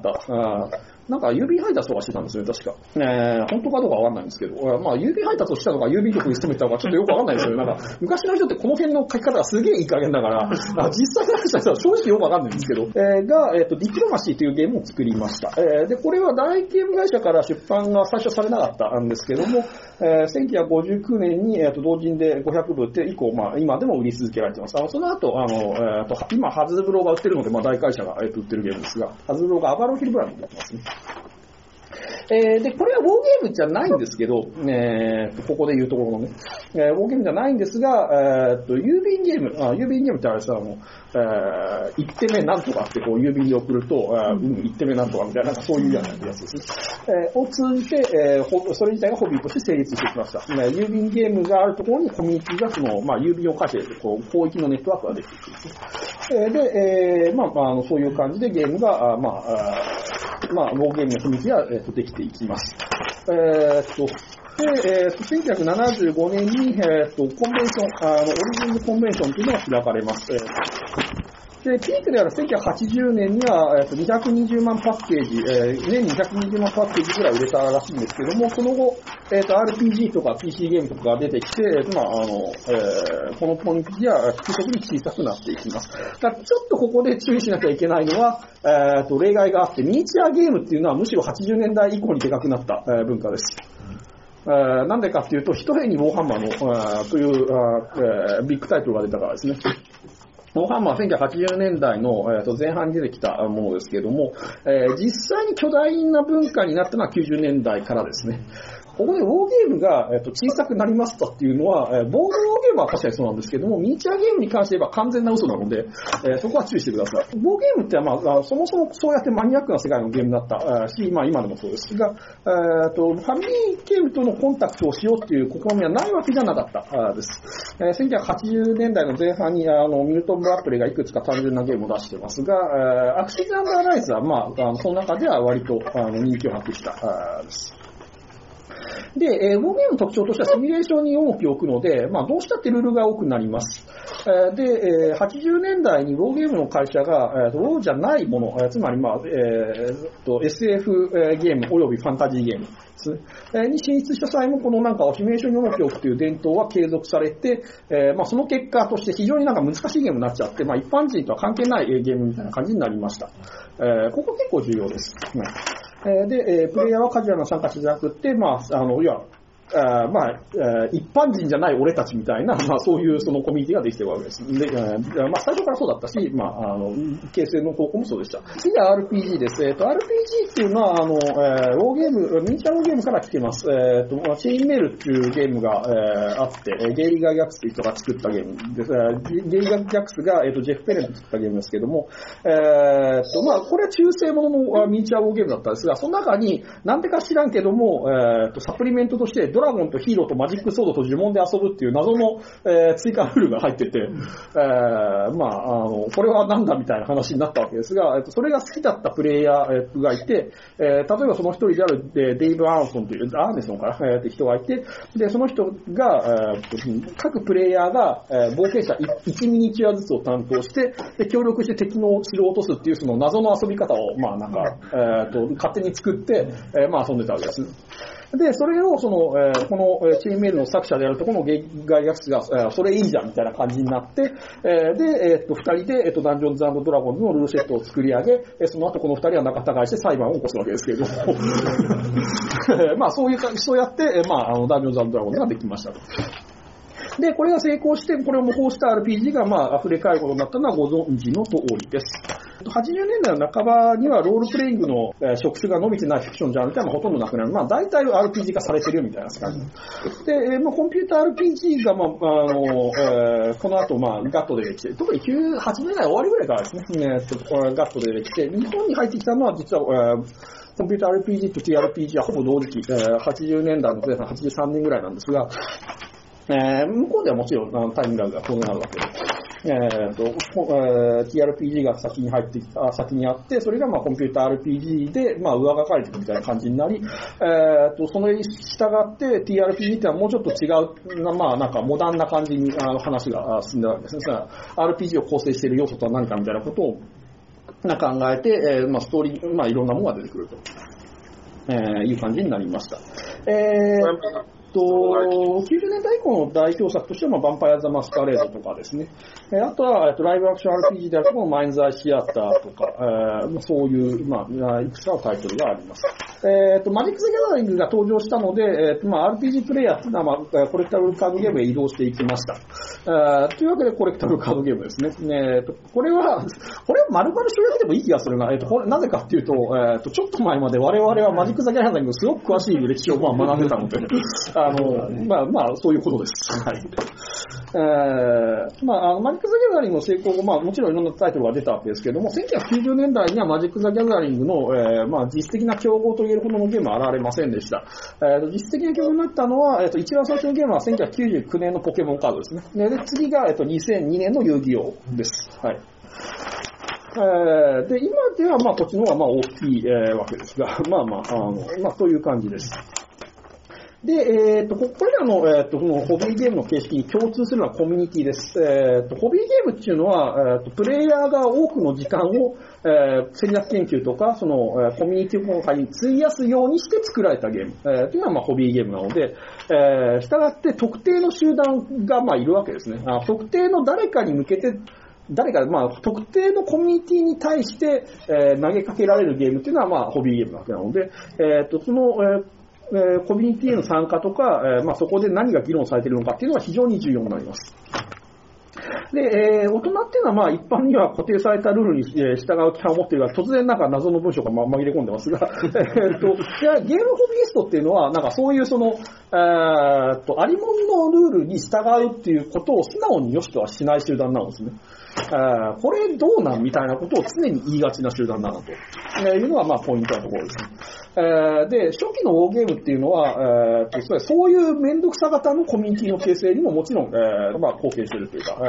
なんか郵便配達とかしてたんですよね、確か。本当かどうかわかんないんですけど、まあ郵便配達をしたのか郵便局に勤めたのかちょっとよくわかんないですよね。なんか昔の人ってこの辺の書き方がすげえいい加減だから、実際の人は正直よくわかんないんですけど、ディプロマシーというゲームを作りました。で、これは大ゲーム会社から出版が最初されなかったんですけども、1959年に、同人で500部って以降、まあ今でも売り続けられています。その後、今ハズブローが売ってるので、まあ大会社が、売ってるゲームですが、ハズブローがアバロンヒルブランドで売ってますね。で、これはウォーゲームじゃないんですけど、ここで言うところのね、ウォーゲームじゃないんですが、郵便ゲームってあれさ、1手目なんとかってこう郵便で送ると、1手目なんとかみたいな、そういうやつですね。を通じて、それ自体がホビーとして成立してきました。郵便ゲームがあるところにコミュニティがその、まあ、郵便をかけて、こう、広域のネットワークができていくんですね。で、まあ、そういう感じでゲームが、まあ、ウォーゲームのコミュニティが、できていきます。1975年に、コンベンション、オリジンズコンベンションというのが開かれます。で、ピークである1980年には、220万パッケージ、年に220万パッケージぐらい売れたらしいんですけども、その後、RPG とか PC ゲームとかが出てきて、まあ、このコミュニティは急速に小さくなっていきます。だからちょっとここで注意しなきゃいけないのは、例外があって、ミニチュアゲームっていうのはむしろ80年代以降にでかくなった、文化です。なんでかっていうと、一重にウォーハンマーの、という、ビッグタイトルが出たからですね。ウォーハンマーは1980年代の前半に出てきたものですけれども、実際に巨大な文化になったのは90年代からですね。ここでウォーゲームが小さくなりましたっていうのは、ボードウォーゲームは確かにそうなんですけども、ミニチュアゲームに関して言えば完全な嘘なので、そこは注意してください。ウォーゲームってまあ、そもそもそうやってマニアックな世界のゲームだったし、まあ今でもそうですが、ファミリーゲームとのコンタクトをしようっていう試みはないわけじゃなかったです。1980年代の前半にミルトン・ブラッドレーがいくつか単純なゲームを出してますが、アクシズ&アライズはまあ、その中では割と人気を博したです。で、ウォーゲームの特徴としてはシミュレーションに重きを置くので、まあ、どうしたってルールが多くなります。で、80年代にウォーゲームの会社が、ウォーじゃないもの、つまり、まあ、SF ゲームおよびファンタジーゲームに進出した際も、このなんかシミュレーションに重きを置くという伝統は継続されて、まあ、その結果として非常になんか難しいゲームになっちゃって、まあ、一般人とは関係ないゲームみたいな感じになりました。ここ結構重要です。で、プレイヤーはカジュアルな参加者じゃなくて、まあ、一般人じゃない俺たちみたいな、まあそういうそのコミュニティができてるわけです。で、まあ最初からそうだったし、まあ形成の投稿もそうでした。次は RPG です。RPG っていうのは、ウォーゲーム、ミニチュアウォーゲームから来てます。チェインメールっていうゲームが、あって、ゲイリー・ガイ・ギャクスという人が作ったゲームです。ゲイリー・ガイ・ギャクスが、ジェフ・ペレント作ったゲームですけども、まあこれは中世もののミニチュアウォーゲームだったんですが、その中に、なんでか知らんけども、サプリメントとしてドラゴンとヒーローとマジックソードと呪文で遊ぶっていう謎の、追加ルールが入ってて、まあ、これはなんだみたいな話になったわけですが、それが好きだったプレイヤーがいて、例えばその一人であるデイブ・アーネソンという、アーネソンかな、って人がいて、で、その人が、各プレイヤーが、冒険者1ミニチュアずつを担当して、で、協力して敵の城を落とすっていうその謎の遊び方を、まあなんか、勝手に作って、まあ遊んでたわけです。で、それをこのチェーンメールの作者であるところのゲイガイ・ギャクスが、それいいじゃんみたいな感じになって、で、二人で、ダンジョンズ&ドラゴンズのルールセットを作り上げ、その後この二人は仲違いして裁判を起こすわけですけれども、まあそうやって、まあダンジョンズ&ドラゴンズができましたと。で、これが成功して、これを模倣した RPG が、まあ、溢れ返ることになったのはご存知の通りです。80年代の半ばにはロールプレイングの職種が伸びてないフィクションジャンルってのはほとんどなくなる。まあ、大体 RPG 化されてるみたいな感じ。で、まあ、コンピューター RPG が、まあ、この後、まあ、ガットでできて、特に80年代終わりぐらいからですね、ガットでできて、日本に入ってきたのは実は、コンピューター RPG と TRPG はほぼ同時期、80年代の前半83年ぐらいなんですが、向こうではもちろんタイムラグが当然あるわけで。 TRPG が先にあって、それがまあコンピューター RPG で、まあ上書かれていくみたいな感じになり、そのに従って TRPG っていうのはもうちょっと違う、まあなんかモダンな感じに話が進んだわけですね。RPG を構成している要素とは何かみたいなことを考えて、まあストーリー、まあいろんなものが出てくると、いう感じになりました。90年代以降の代表作としては、まあ、ヴァンパイア・ザ・マスカレードとかですね。あとは、ライブアクション RPG であると、マインズ・アイ・シアターとか、そういう、まあ、いくつかのタイトルがあります。マジック・ザ・ギャザリングが登場したので、まあ、RPG プレイヤーというのは、まあ、コレクタブルカードゲームへ移動していきました。というわけで、コレクタブルカードゲームですね。これは丸々省略でもいい気がするな。なぜかっていうと、ちょっと前まで我々はマジック・ザ・ギャザリングすごく詳しい歴史をまあ学んでたので、まあ、そういうことです。はい。マジック・ザ・ギャザリングの成功後、まあ、もちろんいろんなタイトルが出たわけですけれども、1990年代にはマジック・ザ・ギャザリングの、まあ、実質的な競合と言えるほどのゲームは現れませんでした。実質的な競合になったのは、一番最初のゲームは1999年のポケモンカードですね。で、次が、2002年の遊戯王です。はい。で、今では、まあ、こっちの方が、まあ、大きい、わけですが、まあ、そういう感じです。で、これらの、このホビーゲームの形式に共通するのはコミュニティです。ホビーゲームっていうのは、プレイヤーが多くの時間を、戦略研究とか、その、コミュニティの中に費やすようにして作られたゲーム、というのは、まあ、ホビーゲームなので、したがって特定の集団が、まあ、いるわけですね。特定の誰かに向けて、まあ、特定のコミュニティに対して、投げかけられるゲームっていうのは、まあ、ホビーゲームなわけなので、その、コミュニティへの参加とか、まあ、そこで何が議論されているのかっていうのが非常に重要になります。で、大人っていうのは、まあ、一般には固定されたルールに従う規範を持っているが、突然なんか謎の文章が紛れ込んでますが、じゃあゲームホビーストっていうのは、なんかそういうその、ありもんのルールに従うっていうことを素直に良しとはしない集団なんですね。これどうなんみたいなことを常に言いがちな集団だなというのがまあポイントなところですね。で、初期のウォーゲームっていうのは、そういう面倒くさ型のコミュニティの形成にももちろん、まあ貢献しているというか、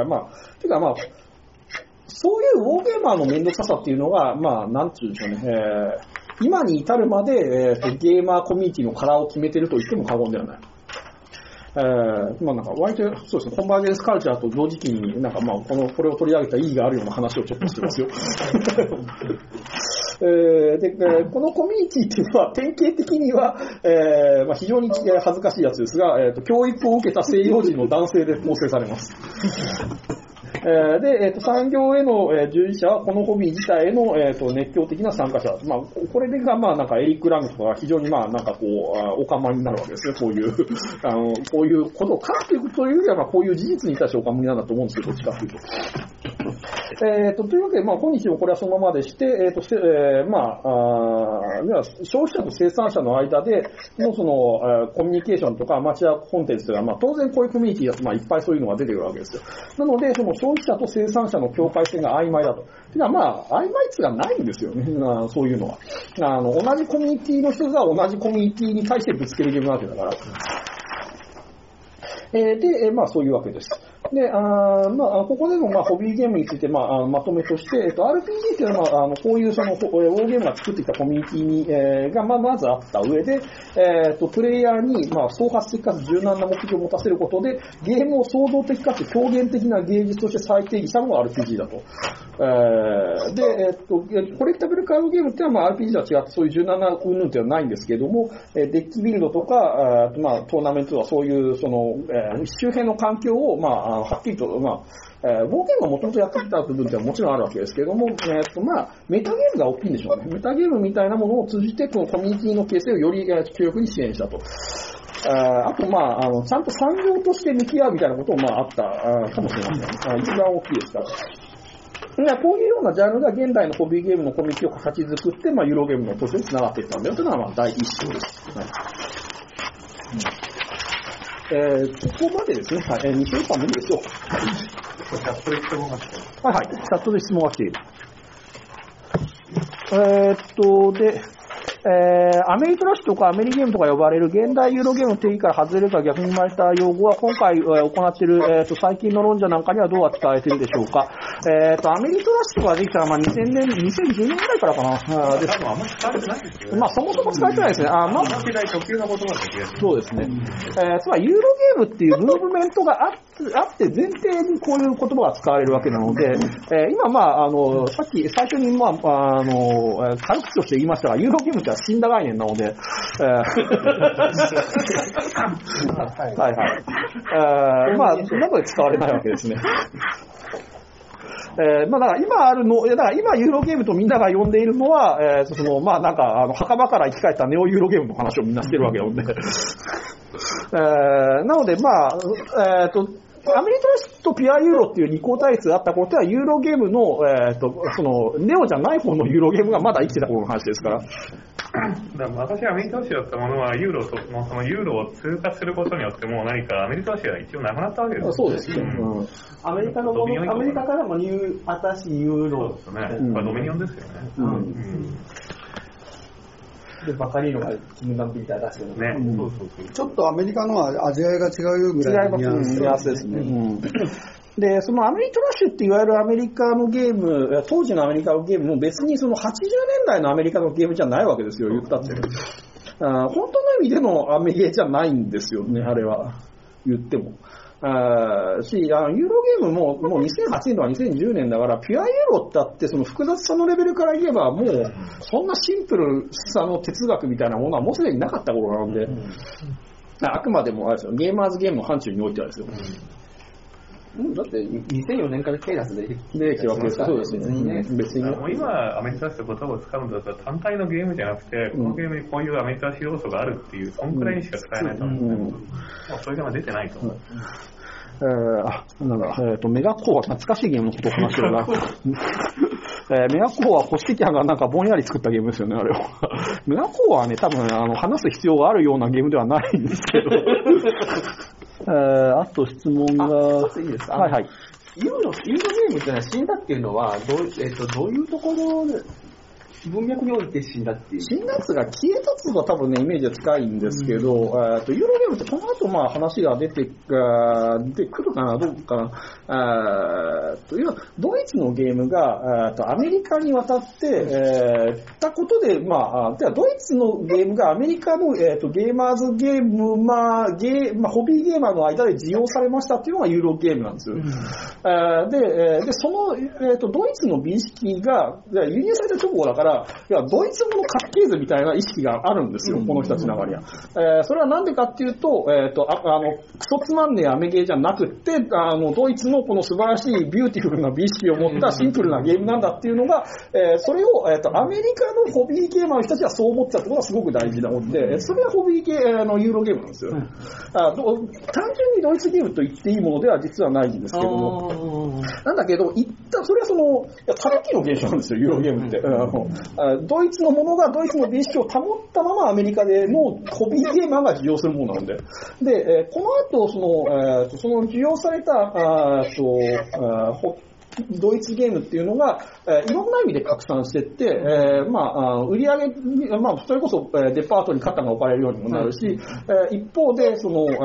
そういうウォーゲーマーの面倒くささっていうのが、まあ、なんていうんでしょうね、今に至るまで、ゲーマーコミュニティの殻を決めていると言っても過言ではない。まあなんか割とそうですね、コンバージェンスカルチャーと同時期になんかまあこれを取り上げた意義があるような話をちょっとしてますよ。で、このコミュニティっていうのは典型的には、まあ非常に恥ずかしいやつですが、教育を受けた西洋人の男性で構成されます。で、産業への従事者はこのホビー自体への熱狂的な参加者。まあ、これがまあなんかエリック・ラムとかが非常にまあなんかこう、お構いになるわけですね。こういうことを書くということよりは、まあこういう事実に対してお構いなんだと思うんですけど、どっちかというと。というわけで、まあ、今日もこれはそのままでして、まあ、消費者と生産者の間でのその、コミュニケーションとかアマチュアコンテンツというのは、まあ、当然こういうコミュニティだと、まあ、いっぱいそういうのが出てくるわけですよ。なので、その消費者と生産者の境界線が曖昧だと。というのは、まあ、曖昧さがないんですよね。そういうのは。同じコミュニティの人が同じコミュニティに対してぶつけるゲームなわけだから。で、まあ、そういうわけです。で、まあ、ここでの、まあ、ホビーゲームについて、まあ、まとめとして、RPG っていうのは、こういうその、ウォーゲームが作ってきたコミュニティに、が、まずあった上で、プレイヤーに、まあ、創発的かつ柔軟な目標を持たせることで、ゲームを創造的かつ表現的な芸術として再定義したのが RPG だと。で、コレクタブルカードゲームっていうのは、まあ、RPG とは違って、そういう柔軟な云々っていうのはないんですけれども、デッキビルドとか、まあ、トーナメントはそういう、その、周辺の環境を、まあ、はっきりと、まあ、冒険がもともとやってきた部分ってもちろんあるわけですけれども、まあ、メタゲームが大きいんでしょうね。メタゲームみたいなものを通じて、このコミュニティの形成をより強力に支援したと。あと、まあ、ちゃんと産業として向き合うみたいなことも、まあ、あったかもしれません。一番大きいですから。こういうようなジャンルが現代のホビーゲームのコミュニティを形作って、まあ、ユーロゲームの途中に繋がっていったんだよというのは、まあ、第一章です。はい。ここまでですね。はい。2週間無理ですよ。 チャットで質問が来てる。 はいはい。チャットで質問が来ている。で、 アメリトラッシュとかアメリゲームとか呼ばれる現代ユーロゲームの定義から外れるか逆に生まれた用語は今回行っている、最近の論者なんかにはどう扱われているでしょうか。アメリトラッシュとかできたら、2010年ぐらいからかな。 でもあんまり使われてないですよね。 そもそも使われてないですね。 世代特有なことなんですね。 そうですね。つまりユーロゲームっていうムーブメントがあって前提にこういう言葉が使われるわけなので、今さっき最初に軽口として言いましたが、ユーロゲームっては死んだ概念なので、はいはい。なので使われないわけですね。だから今ユーロゲームとみんなが呼んでいるのは、墓場から生き返ったネオユーロゲームの話をみんなしてるわけなので、なのでアメリトラッシュとピュアユーロっていう二項対立があった頃ってはユーロゲームの、ネオじゃない方のユーロゲームがまだ生きてた頃の話ですから。 私がアメリカ投資だったものはユーロそのユーロを通過することによってもう何かアメリカ投資が一応なくなったわけです。 そうですね。 アメリカからも新しいユーロですね。ドミニオンですよね。 でバカリーノがキムダンピーター出してるね。 ちょっとアメリカのは味わいが違うぐらいのニュアンスですね。 で、そのアメリトラッシュっていわゆるアメリカのゲーム、当時のアメリカのゲームも別にその80年代のアメリカのゲームじゃないわけですよ、言ったって。本当の意味でのアメゲーじゃないんですよね、あれは。言っても。ユーロゲームもう2008年とか2010年だから、ピュアユーロだってその複雑さのレベルから言えばもうそんなシンプルさの哲学みたいなものはもうすでになかった頃なので、あくまでもあれですよ、ゲーマーズゲームの範疇においてはですよ。 だって2004年からケイラスできたわけですから、そうですね。別にもう今アメリカって言葉を使うんだったら単体のゲームじゃなくて、このゲームにこういうアメリカ要素があるっていうそんくらいにしか使えないと思うんですけど、それでは出てないと思う。 メガコーは懐かしいゲームのことを話してるな。メガコーは保守的派がなんかぼんやり作ったゲームですよね、あれは。メガコーはね、多分話す必要があるようなゲームではないんですけど。あと質問が。 いいですか？ はいはい。 ユーロゲームってのは死んだっていうのは、どういうところで、文脈において死んだっていう。 死んだやつが消えたつが多分ね、イメージは近いんですけど、ユーロゲームってこの後話が出てくるかな、どうかな。ドイツのゲームがアメリカに渡ってたことで、ドイツのゲームがアメリカのゲーマーズゲーム、ホビーゲーマーの間で使用されましたっていうのがユーロゲームなんですよ。で、その、ドイツの美意識が輸入された直後だから、ドイツ語の家系図みたいな意識があるんですよ、この人たちの中には。それはなんでかっていうと、クソつまんねえアメゲーじゃなくって、ドイツのこの素晴らしいビューティフルな美意識を持ったシンプルなゲームなんだっていうのが、それを、アメリカのホビーゲーマーの人たちはそう思っちゃったことがすごく大事なので、それはホビーゲー、ユーロゲームなんですよ。単純にドイツゲームと言っていいものでは実はないんですけども。なんだけど、それはさっきの現象なんですよ、ユーロゲームって。ドイツのものがドイツの美意識を保ったままアメリカでのホビーゲーマーが受容するものなので。で、この後、その受容された、ドイツゲームっていうのが、いろんな意味で拡散していって、売り上げ、それこそデパートに肩が置かれるようにもなるし、一方で、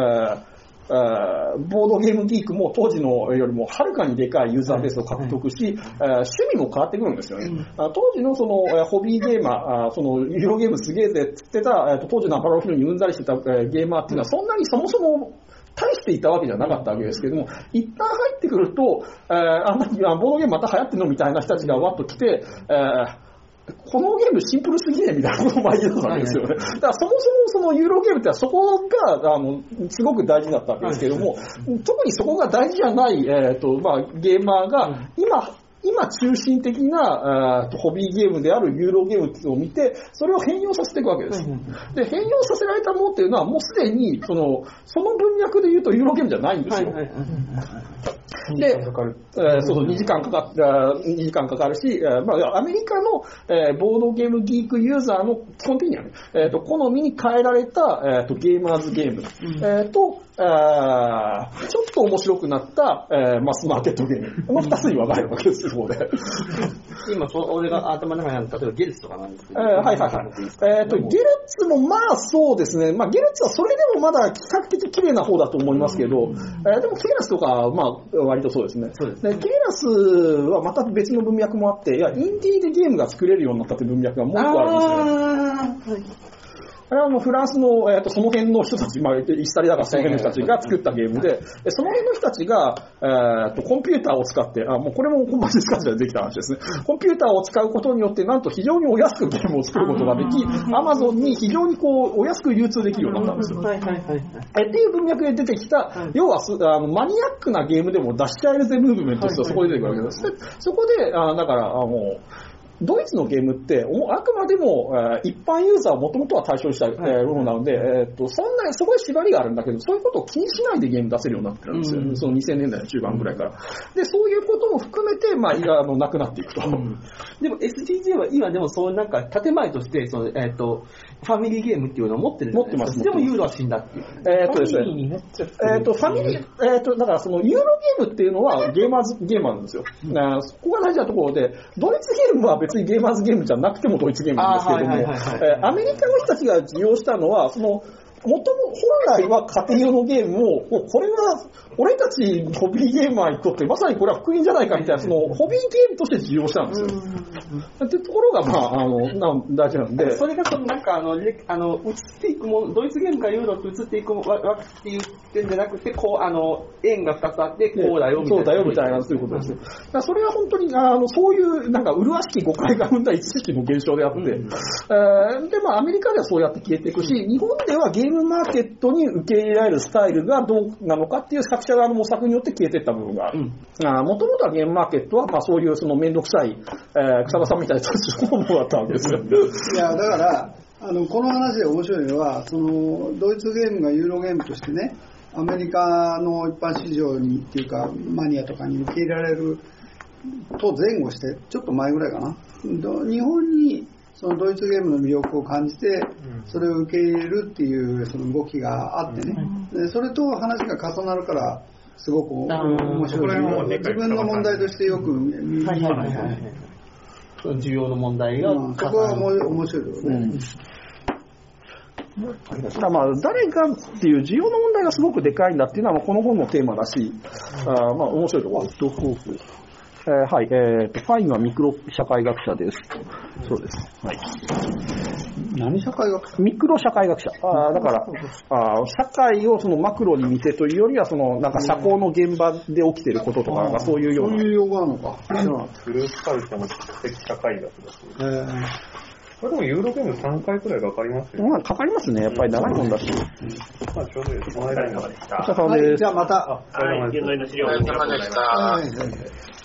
ボードゲームギークも当時のよりもはるかにでかいユーザーベースを獲得し、趣味も変わってくるんですよね。当時のホビーゲーマー、ユーロゲームすげえぜって言ってた、当時のアパロフィルにうんざりしてたゲーマーっていうのはそんなにそもそも大していたわけじゃなかったわけですけども、一旦入ってくると、ボードゲームまた流行ってるのみたいな人たちがわっと来て、このゲームシンプルすぎねみたいなことを言い出すわけですよね。だからそもそもそのユーロゲームってそこがすごく大事だったわけですけども、特にそこが大事じゃない、ゲーマーが今中心的なホビーゲームであるユーロゲームを見て、それを変容させていくわけです。で、変容させられたものっていうのはもうすでにその文脈で言うとユーロゲームじゃないんですよ。で、2時間かかるし、アメリカの、ボードゲームギークユーザーの基本的にはね、好みに変えられた、ゲーマーズゲーム、ちょっと面白くなった、マスマーケットゲームの2つに分かれるわけです、そこで。 今、俺が頭の中にある、例えばゲルツとかなんですけど。 はいはいはい。ゲルツもまあそうですね。まあゲルツはそれでもまだ比較的綺麗な方だと思いますけど、でもケイラスとかまあ割とそうですね。そうですね。ケイラスはまた別の文脈もあって、いや、インディーでゲームが作れるようになったって文脈がもう一個あるんですね。あれはフランスの、その辺の人たち、まあ、イスタリアだからその辺の人たちが作ったゲームで、その辺の人たちが、コンピューターを使って、もうこれもマジスカッチでできた話ですね。コンピューターを使うことによって、なんと非常にお安くゲームを作ることができ、アマゾンに非常にお安く流通できるようになったんですよ。っていう文脈で出てきた、要はマニアックなゲームでも出しちゃえるぜムーブメントとしてはそこで出てくるわけです。そこで、だから、もう、ドイツのゲームってあくまでも一般ユーザーをもともとは対象にしたものなので、そんなにすごい縛りがあるんだけど、そういうことを気にしないでゲーム出せるようになってるんですよ、その2000年代の中盤ぐらいから。で、そういうことも含めて、まあ、なくなっていくと。 でも STJ は今でもそうなんか建前としてファミリーゲームっていうのを持ってるんです。 持ってます。 でもユーロは死んだっていう。 ですね。ファミリー、だからそのユーロゲームっていうのはゲーマーなんですよ。そこが大事なところで、ドイツゲームは別にゲーマーズゲームじゃなくてもドイツゲームなんですけれども、アメリカの人たちが利用したのは、本来は家庭用のゲームを、これは俺たちホビーゲーマーにとってまさにこれは福音じゃないかみたいな、ホビーゲームとして利用したんですよ。っていうところが、まあ、大事なんで。 それがなんか移っていくもの、ドイツゲームからユーロって移っていくわっていう点じゃなくて、円が2つあって、こうだよみたいな。 そうだよみたいな、そういうことですよ。だからそれは本当に、そういう、なんか、麗しき誤解が生んだ一時期の現象であって、で、まあ、アメリカではそうやって消えていくし、日本ではゲームマーケットに受け入れられるスタイルがどうなのかっていう作者側の模索によって消えていった部分がある。もともとはゲームマーケットは、まあ、そういうめんどくさい、草田さんみたいな人たちのものだったわけですよ。 いや、だから、この話で面白いのは、ドイツゲームがユーロゲームとしてね、アメリカの一般市場にっていうか、マニアとかに受け入れられると前後して、ちょっと前ぐらいかな。日本にそのドイツゲームの魅力を感じて、それを受け入れるっていうその動きがあってね、でそれと話が重なるから、すごく面白い。自分の問題としてよく見る。 需要の問題が、 そこは面白いですね。 まあ、誰がっていう需要の問題がすごくでかいんだっていうのはこの本のテーマだし、まあ面白いところです。はい、ファインはミクロ社会学者です。そうです。はい。 何社会学者？ ミクロ社会学者。だから社会をマクロに見てというよりはなんか社交の現場で起きていることとかなんかそういうような。 そういう用語なのか。 グループカルチャーの的社会学だこれでもユーロゲーム3回くらいかかりますよね。 まあかかりますね。やっぱり長いもんだし。 まあちょうどいいです。この間にはい、じゃあまた。 はい、現在の資料をありがとうございました。